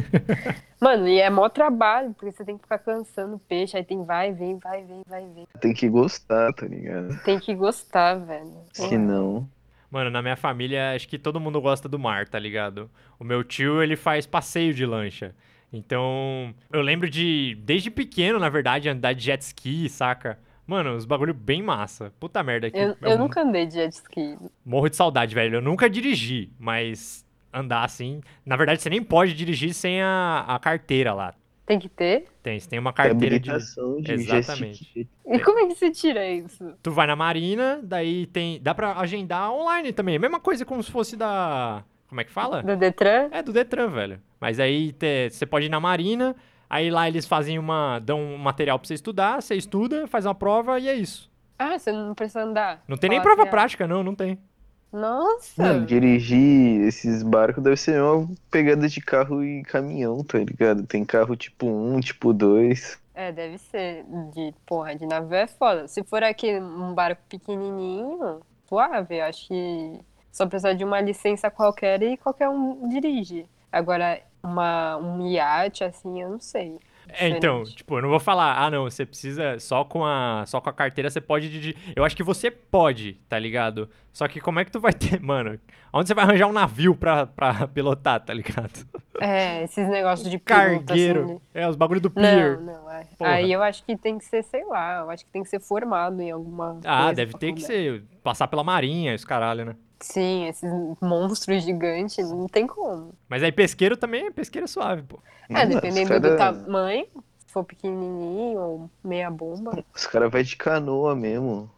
Speaker 2: Mano, e é mó trabalho, porque você tem que ficar cansando o peixe, aí tem vai, vem, vai, vem, vai, vem.
Speaker 4: Tem que gostar, tá ligado?
Speaker 2: Tem que gostar, velho.
Speaker 4: Se não.
Speaker 3: Mano, na minha família, acho que todo mundo gosta do mar, tá ligado? O meu tio, ele faz passeio de lancha. Então, eu lembro de, desde pequeno, na verdade, andar de jet ski, saca? Mano, os bagulho bem massa. Puta merda. Que
Speaker 2: Eu, eu nunca andei de jet ski.
Speaker 3: Morro de saudade, velho. Eu nunca dirigi, mas andar assim... Na verdade, você nem pode dirigir sem a, a carteira lá.
Speaker 2: Tem que ter?
Speaker 3: Tem, você tem uma
Speaker 4: É
Speaker 3: carteira de...
Speaker 4: habilitação de
Speaker 3: Exatamente.
Speaker 4: jet ski.
Speaker 2: E como é que você tira isso?
Speaker 3: Tu vai na marina, daí tem... Dá pra agendar online também. Mesma coisa como se fosse da... Como é que fala?
Speaker 2: Do Detran?
Speaker 3: É, do Detran, velho. Mas aí te- você pode ir na marina, aí lá eles fazem uma... Dão um material pra você estudar, você estuda, faz uma prova e é isso.
Speaker 2: Ah, você não precisa andar.
Speaker 3: Não tem nem
Speaker 2: Fala
Speaker 3: prova
Speaker 2: assim, ah,
Speaker 3: prática, não, não tem.
Speaker 2: Nossa!
Speaker 4: Mano, dirigir esses barcos deve ser uma pegada de carro e caminhão, tá ligado? Tem carro tipo um, tipo dois.
Speaker 2: É, deve ser. De, porra, de navio é foda. Se for aqui um barco pequenininho, suave, eu acho que só precisa de uma licença qualquer e qualquer um dirige. Agora, uma, um iate, assim, eu não sei.
Speaker 3: É, então,
Speaker 2: Diferente.
Speaker 3: tipo, eu não vou falar, ah, não, você precisa, só com a, só com a carteira você pode dirigir. Eu acho que você pode, tá ligado? Só que como é que tu vai ter, mano, onde você vai arranjar um navio pra, pra pilotar, tá ligado?
Speaker 2: É, esses negócios de piloto,
Speaker 3: Cargueiro,
Speaker 2: assim, de-
Speaker 3: é, os bagulho do pier.
Speaker 2: Não, não. é.
Speaker 3: Porra.
Speaker 2: Aí eu acho que tem que ser, sei lá, eu acho que tem que ser formado em alguma
Speaker 3: Ah,
Speaker 2: coisa,
Speaker 3: deve ter que
Speaker 2: faculdade.
Speaker 3: ser, passar pela marinha, esse caralho, né?
Speaker 2: Sim, esses monstros gigantes, não tem como.
Speaker 3: Mas aí pesqueiro também, pesqueiro é suave, pô.
Speaker 2: É,
Speaker 4: Mano,
Speaker 2: dependendo
Speaker 4: os
Speaker 2: do
Speaker 4: cara,
Speaker 2: tamanho, se for pequenininho ou meia bomba.
Speaker 4: Os caras vão de canoa mesmo.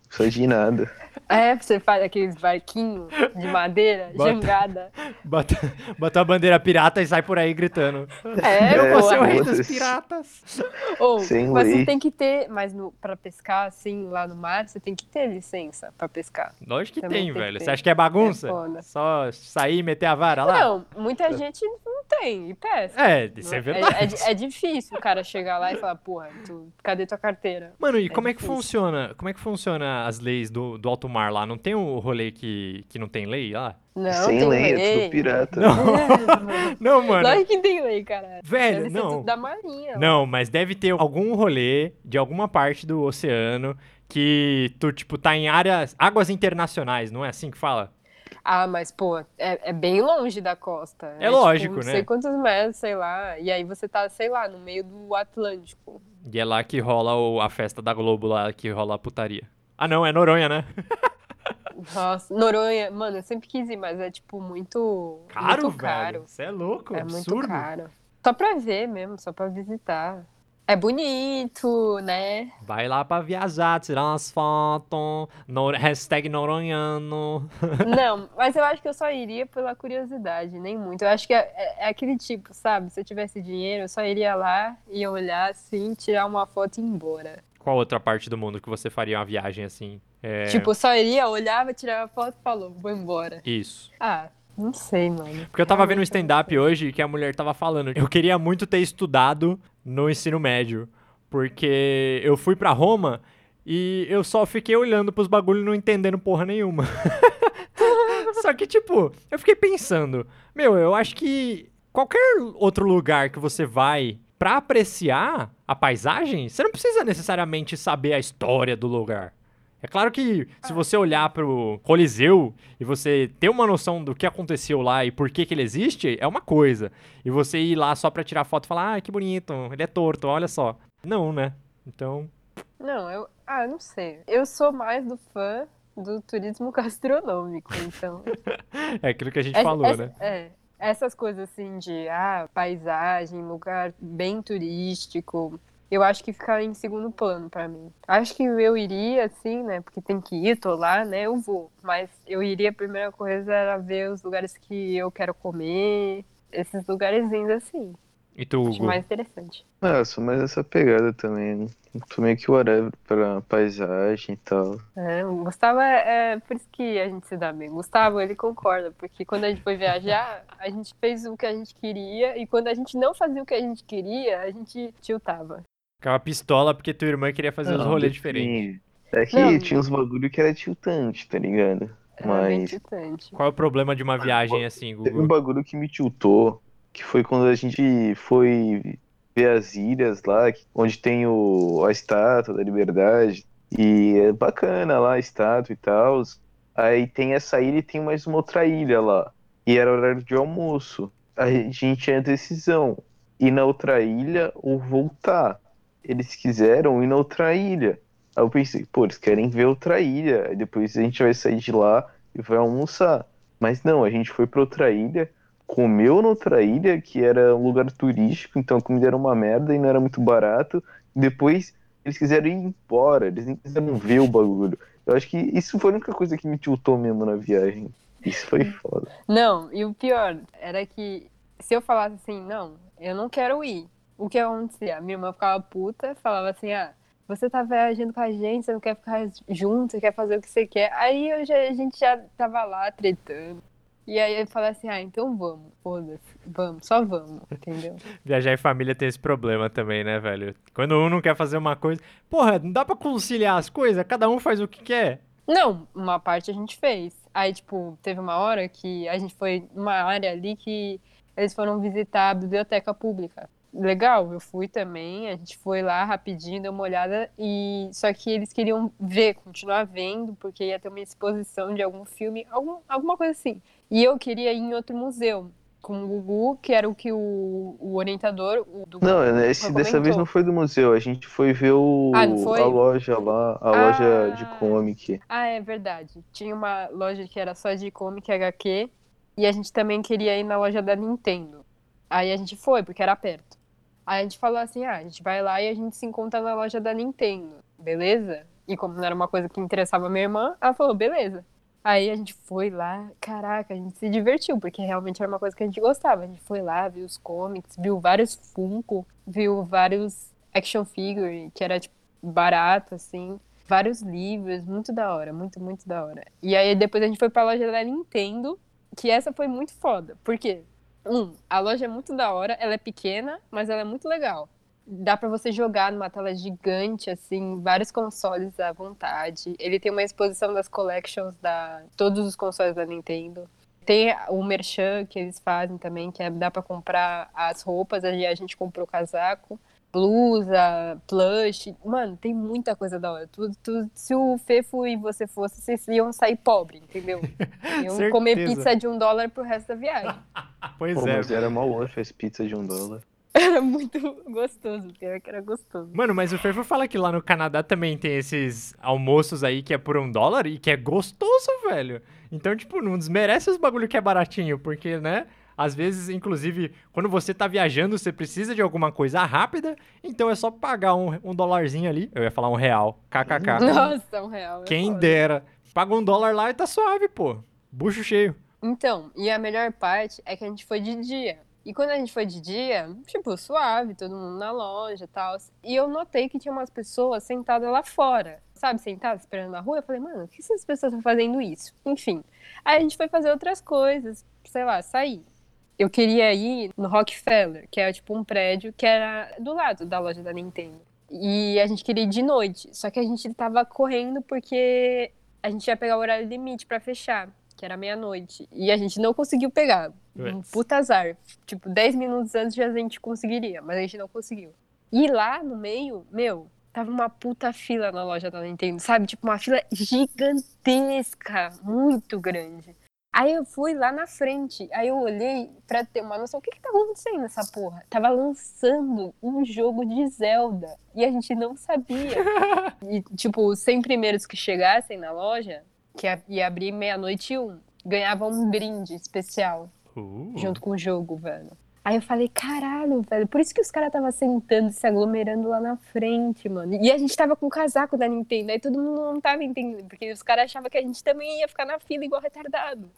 Speaker 4: Só de nada.
Speaker 2: É, você faz aqueles barquinhos de madeira,
Speaker 3: Bota-
Speaker 2: jangada.
Speaker 3: Bota, bota a bandeira pirata e sai por aí gritando.
Speaker 2: É,
Speaker 3: Eu vou ser o
Speaker 2: porra.
Speaker 3: rei dos
Speaker 4: foda-se.
Speaker 3: piratas.
Speaker 2: Ou,
Speaker 4: Sem
Speaker 2: mas
Speaker 4: lei.
Speaker 2: você tem que ter, mas no, pra pescar assim, lá no mar, você tem que ter licença pra pescar.
Speaker 3: Lógico que
Speaker 2: Também
Speaker 3: tem,
Speaker 2: tem que
Speaker 3: velho.
Speaker 2: ter.
Speaker 3: Você acha que é bagunça?
Speaker 2: É foda.
Speaker 3: Só sair e meter a vara lá?
Speaker 2: Não, muita gente não tem e pesca.
Speaker 3: É, isso é
Speaker 2: É,
Speaker 3: verdade.
Speaker 2: é, é difícil o cara chegar lá e falar, porra, tu, cadê tua carteira?
Speaker 3: Mano, e
Speaker 2: É
Speaker 3: como é que
Speaker 2: difícil.
Speaker 3: funciona? Como é que funciona as leis do, do alto mar lá? Não tem o rolê que, que não tem lei lá?
Speaker 2: Não,
Speaker 4: Sem
Speaker 2: tem
Speaker 4: lei, é
Speaker 2: lei.
Speaker 4: tudo pirata.
Speaker 3: Não, não, mano.
Speaker 2: Lógico que tem lei, cara.
Speaker 3: Velho,
Speaker 2: Deve ser
Speaker 3: não.
Speaker 2: tudo da marinha. lá.
Speaker 3: Não, mas deve ter algum rolê de alguma parte do oceano que tu, tipo, tá em áreas, águas internacionais, não é assim que fala?
Speaker 2: Ah, mas, pô, é, é bem longe da costa.
Speaker 3: É lógico,
Speaker 2: tipo, não
Speaker 3: né?
Speaker 2: sei quantos metros, sei lá. E aí você tá, sei lá, no meio do Atlântico.
Speaker 3: E é lá que rola o- a festa da Globo, lá que rola a putaria. Ah, não, é Noronha, né?
Speaker 2: Nossa, Noronha, mano, eu sempre quis ir, mas é, tipo, muito
Speaker 3: Caro,
Speaker 2: muito caro.
Speaker 3: velho. Você é louco,
Speaker 2: É
Speaker 3: absurdo.
Speaker 2: muito caro. Só pra ver mesmo, só pra visitar. É bonito, né?
Speaker 3: Vai lá pra viajar, tirar umas fotos, no, hashtag noronhano.
Speaker 2: Não, mas eu acho que eu só iria pela curiosidade, nem muito. Eu acho que é, é- é aquele tipo, sabe? Se eu tivesse dinheiro, eu só iria lá e olhar assim, tirar uma foto e ir embora.
Speaker 3: Qual outra parte do mundo que você faria uma viagem assim? É...
Speaker 2: Tipo, só iria, olhava, tirava foto e falou, vou embora.
Speaker 3: Isso.
Speaker 2: Ah, não sei, mano.
Speaker 3: Porque eu tava vendo um
Speaker 2: Realmente eu não
Speaker 3: stand-up
Speaker 2: sei.
Speaker 3: hoje que a mulher tava falando. Eu queria muito ter estudado no ensino médio. Porque eu fui pra Roma e eu só fiquei olhando pros bagulhos e não entendendo porra nenhuma. Só que, tipo, eu fiquei pensando, meu, eu acho que qualquer outro lugar que você vai pra apreciar a paisagem, você não precisa necessariamente saber a história do lugar. É claro que se você olhar pro Coliseu e você ter uma noção do que aconteceu lá e por que que ele existe, é uma coisa. E você ir lá só pra tirar foto e falar, ah, que bonito, ele é torto, olha só. Não, né? Então,
Speaker 2: Não, eu. Ah, eu não sei. Eu sou mais do fã do turismo gastronômico, então.
Speaker 3: é aquilo que a gente
Speaker 2: Essa-
Speaker 3: falou,
Speaker 2: essa-
Speaker 3: né?
Speaker 2: É, essas coisas assim de ah, paisagem, lugar bem turístico, eu acho que fica em segundo plano pra mim. Acho que eu iria, assim, né? Porque tem que ir, tô lá, né? Eu vou. Mas eu iria, a primeira coisa era ver os lugares que eu quero comer, esses lugares assim.
Speaker 3: E tu,
Speaker 2: Acho
Speaker 3: Hugo?
Speaker 2: mais interessante.
Speaker 4: Ah, sou mais essa pegada também, né? Tô meio que whatever pra paisagem e tal.
Speaker 2: É, o Gustavo é, é por isso que a gente se dá bem. Gustavo, ele concorda, porque quando a gente foi viajar, a gente fez o que a gente queria, e quando a gente não fazia o que a gente queria, a gente tiltava.
Speaker 3: Ficava pistola porque tua irmã queria fazer os
Speaker 4: Não,
Speaker 3: rolês
Speaker 4: depende.
Speaker 3: diferentes.
Speaker 4: É que
Speaker 2: Não.
Speaker 4: tinha uns bagulho que era tiltante, tá ligado?
Speaker 2: Era bem
Speaker 4: Mas
Speaker 2: tiltante.
Speaker 3: Qual é o problema de uma viagem assim,
Speaker 4: teve um
Speaker 3: Gugu?
Speaker 4: bagulho que me tiltou, que foi quando a gente foi ver as ilhas lá, que- onde tem o, a estátua da Liberdade. E é bacana lá a estátua e tal. Aí tem essa ilha e tem mais uma outra ilha lá. E era horário de almoço. A gente tinha decisão. Ir na outra ilha ou voltar. Eles quiseram ir na outra ilha. Aí eu pensei, pô, eles querem ver outra ilha. Aí depois a gente vai sair de lá e vai almoçar. Mas não, a gente foi pra outra ilha, comeu noutra ilha, que era um lugar turístico, então a comida era uma merda e não era muito barato. Depois eles quiseram ir embora, eles nem quiseram ver o bagulho. Eu acho que isso foi a única coisa que me tiltou mesmo na viagem. Isso foi foda.
Speaker 2: Não, e o pior era que se eu falasse assim, não, eu não quero ir, o que acontecia? A minha irmã ficava puta, falava assim, ah, você tá viajando com a gente, você não quer ficar junto, você quer fazer o que você quer. Aí eu já- a gente já tava lá tretando. E aí eu falei assim, ah, então vamos, foda-se, vamos, só vamos, entendeu?
Speaker 3: Viajar em família tem esse problema também, né, velho? Quando um não quer fazer uma coisa. Porra, não dá pra conciliar as coisas? Cada um faz o que quer.
Speaker 2: Não, uma parte a gente fez. Aí, tipo, teve uma hora que a gente foi numa área ali que eles foram visitar a biblioteca pública. Legal, eu fui também, a gente foi lá rapidinho, deu uma olhada, e só que eles queriam ver, continuar vendo, porque ia ter uma exposição de algum filme, algum, alguma coisa assim. E eu queria ir em outro museu, com o Gugu, que era o que o, o orientador o do
Speaker 4: Não,
Speaker 2: Gugu
Speaker 4: esse, dessa vez
Speaker 2: recomendou.
Speaker 4: não foi do museu, a gente foi ver o,
Speaker 2: Ah, não foi?
Speaker 4: a loja lá, a loja de
Speaker 2: Ah.
Speaker 4: comic.
Speaker 2: Ah, é verdade. Tinha uma loja que era só de comic H Q e a gente também queria ir na loja da Nintendo. Aí a gente foi, porque era perto. Aí a gente falou assim, ah, a gente vai lá e a gente se encontra na loja da Nintendo, beleza? E como não era uma coisa que interessava a minha irmã, ela falou, beleza. Aí a gente foi lá, caraca, a gente se divertiu, porque realmente era uma coisa que a gente gostava. A gente foi lá, viu os comics, viu vários Funko, viu vários action figure, que era, tipo, barato, assim. Vários livros, muito da hora, muito, muito da hora. E aí depois a gente foi pra loja da Nintendo, que essa foi muito foda. Por quê? Um, a loja é muito da hora, ela é pequena, mas ela é muito legal. Dá pra você jogar numa tela gigante, assim, vários consoles à vontade. Ele tem uma exposição das collections da todos os consoles da Nintendo. Tem o merchan que eles fazem também, que é, dá pra comprar as roupas. Aí a gente comprou casaco, blusa, plush. Mano, tem muita coisa da hora. Tu, tu, se o Fefo e você fosse, vocês iam sair pobre, entendeu? Iam comer
Speaker 3: Certeza.
Speaker 2: pizza de um dólar pro resto da viagem.
Speaker 3: Pois
Speaker 4: Pô,
Speaker 3: é.
Speaker 4: mas era mal longe, faz pizza de um dólar.
Speaker 2: Era muito gostoso, pior que era gostoso.
Speaker 3: Mano, mas o Fervo fala que lá no Canadá também tem esses almoços aí que é por um dólar e que é gostoso, velho. Então, tipo, não desmerece os bagulho que é baratinho, porque, né? Às vezes, inclusive, quando você tá viajando, você precisa de alguma coisa rápida, então é só pagar um, um dólarzinho ali. Eu ia falar um real, kkk.
Speaker 2: Nossa, um real. é
Speaker 3: Quem
Speaker 2: foda.
Speaker 3: dera. Paga um dólar lá e tá suave, pô. Bucho cheio.
Speaker 2: Então, e a melhor parte é que a gente foi de dia. E quando a gente foi de dia, tipo, suave, todo mundo na loja e tal. E eu notei que tinha umas pessoas sentadas lá fora, sabe, sentadas esperando na rua. Eu falei, mano, por que essas pessoas estão fazendo isso? Enfim. Aí a gente foi fazer outras coisas, sei lá, sair. Eu queria ir no Rockefeller, que é tipo um prédio que era do lado da loja da Nintendo. E a gente queria ir de noite. Só que a gente tava correndo porque a gente ia pegar o horário limite pra fechar, que era meia-noite. E a gente não conseguiu pegar. Um
Speaker 3: Ups.
Speaker 2: puta azar. Tipo, dez minutos antes a gente conseguiria, mas a gente não conseguiu. E lá no meio, meu, tava uma puta fila na loja da Nintendo, sabe? Tipo, uma fila gigantesca, muito grande. Aí eu fui lá na frente, aí eu olhei pra ter uma noção, o que que tá acontecendo nessa porra? Tava lançando um jogo de Zelda, e a gente não sabia. E, tipo, os cem primeiros que chegassem na loja, que ia abrir meia-noite e um, ganhavam um brinde especial,
Speaker 3: Uh.
Speaker 2: junto com o jogo, velho. Aí eu falei, caralho, velho, por isso que os caras tava sentando, se aglomerando lá na frente, mano. E a gente tava com o casaco da Nintendo, aí todo mundo não tava entendendo, porque os caras achavam que a gente também ia ficar na fila igual retardado.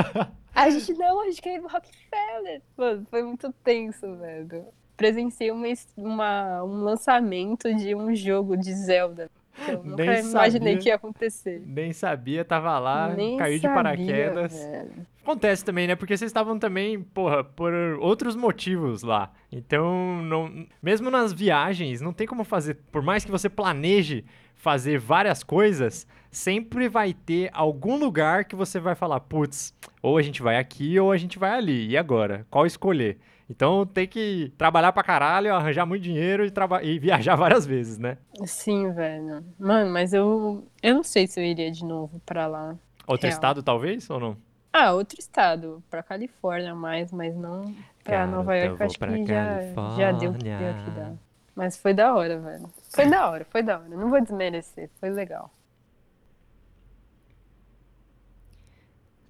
Speaker 2: A gente não, a gente queria ir no Rockefeller. Mano, foi muito tenso, velho. Presenciei uma, uma, um lançamento de um jogo de Zelda. Que eu nunca
Speaker 3: Nem
Speaker 2: imaginei
Speaker 3: sabia.
Speaker 2: que ia acontecer.
Speaker 3: Nem sabia, tava lá,
Speaker 2: Nem
Speaker 3: caiu de
Speaker 2: sabia,
Speaker 3: paraquedas.
Speaker 2: velho.
Speaker 3: Acontece também, né? Porque vocês estavam também, porra, por outros motivos lá. Então, não, mesmo nas viagens, não tem como fazer. Por mais que você planeje fazer várias coisas, sempre vai ter algum lugar que você vai falar, putz, ou a gente vai aqui ou a gente vai ali. E agora? Qual escolher? Então tem que trabalhar pra caralho, arranjar muito dinheiro e, traba- e viajar várias vezes, né?
Speaker 2: Sim, velho. Mano, mas eu, eu não sei se eu iria de novo pra lá.
Speaker 3: Outro
Speaker 2: Real.
Speaker 3: estado, talvez, ou não?
Speaker 2: Ah, outro estado. Pra Califórnia mais, mas não pra
Speaker 1: Garota,
Speaker 2: Nova York.
Speaker 1: eu
Speaker 2: Eu
Speaker 1: vou
Speaker 2: acho
Speaker 1: pra
Speaker 2: que já, já deu o que deu aqui dar. Mas foi da hora, velho. Foi da hora, foi da hora. Não vou desmerecer, foi legal.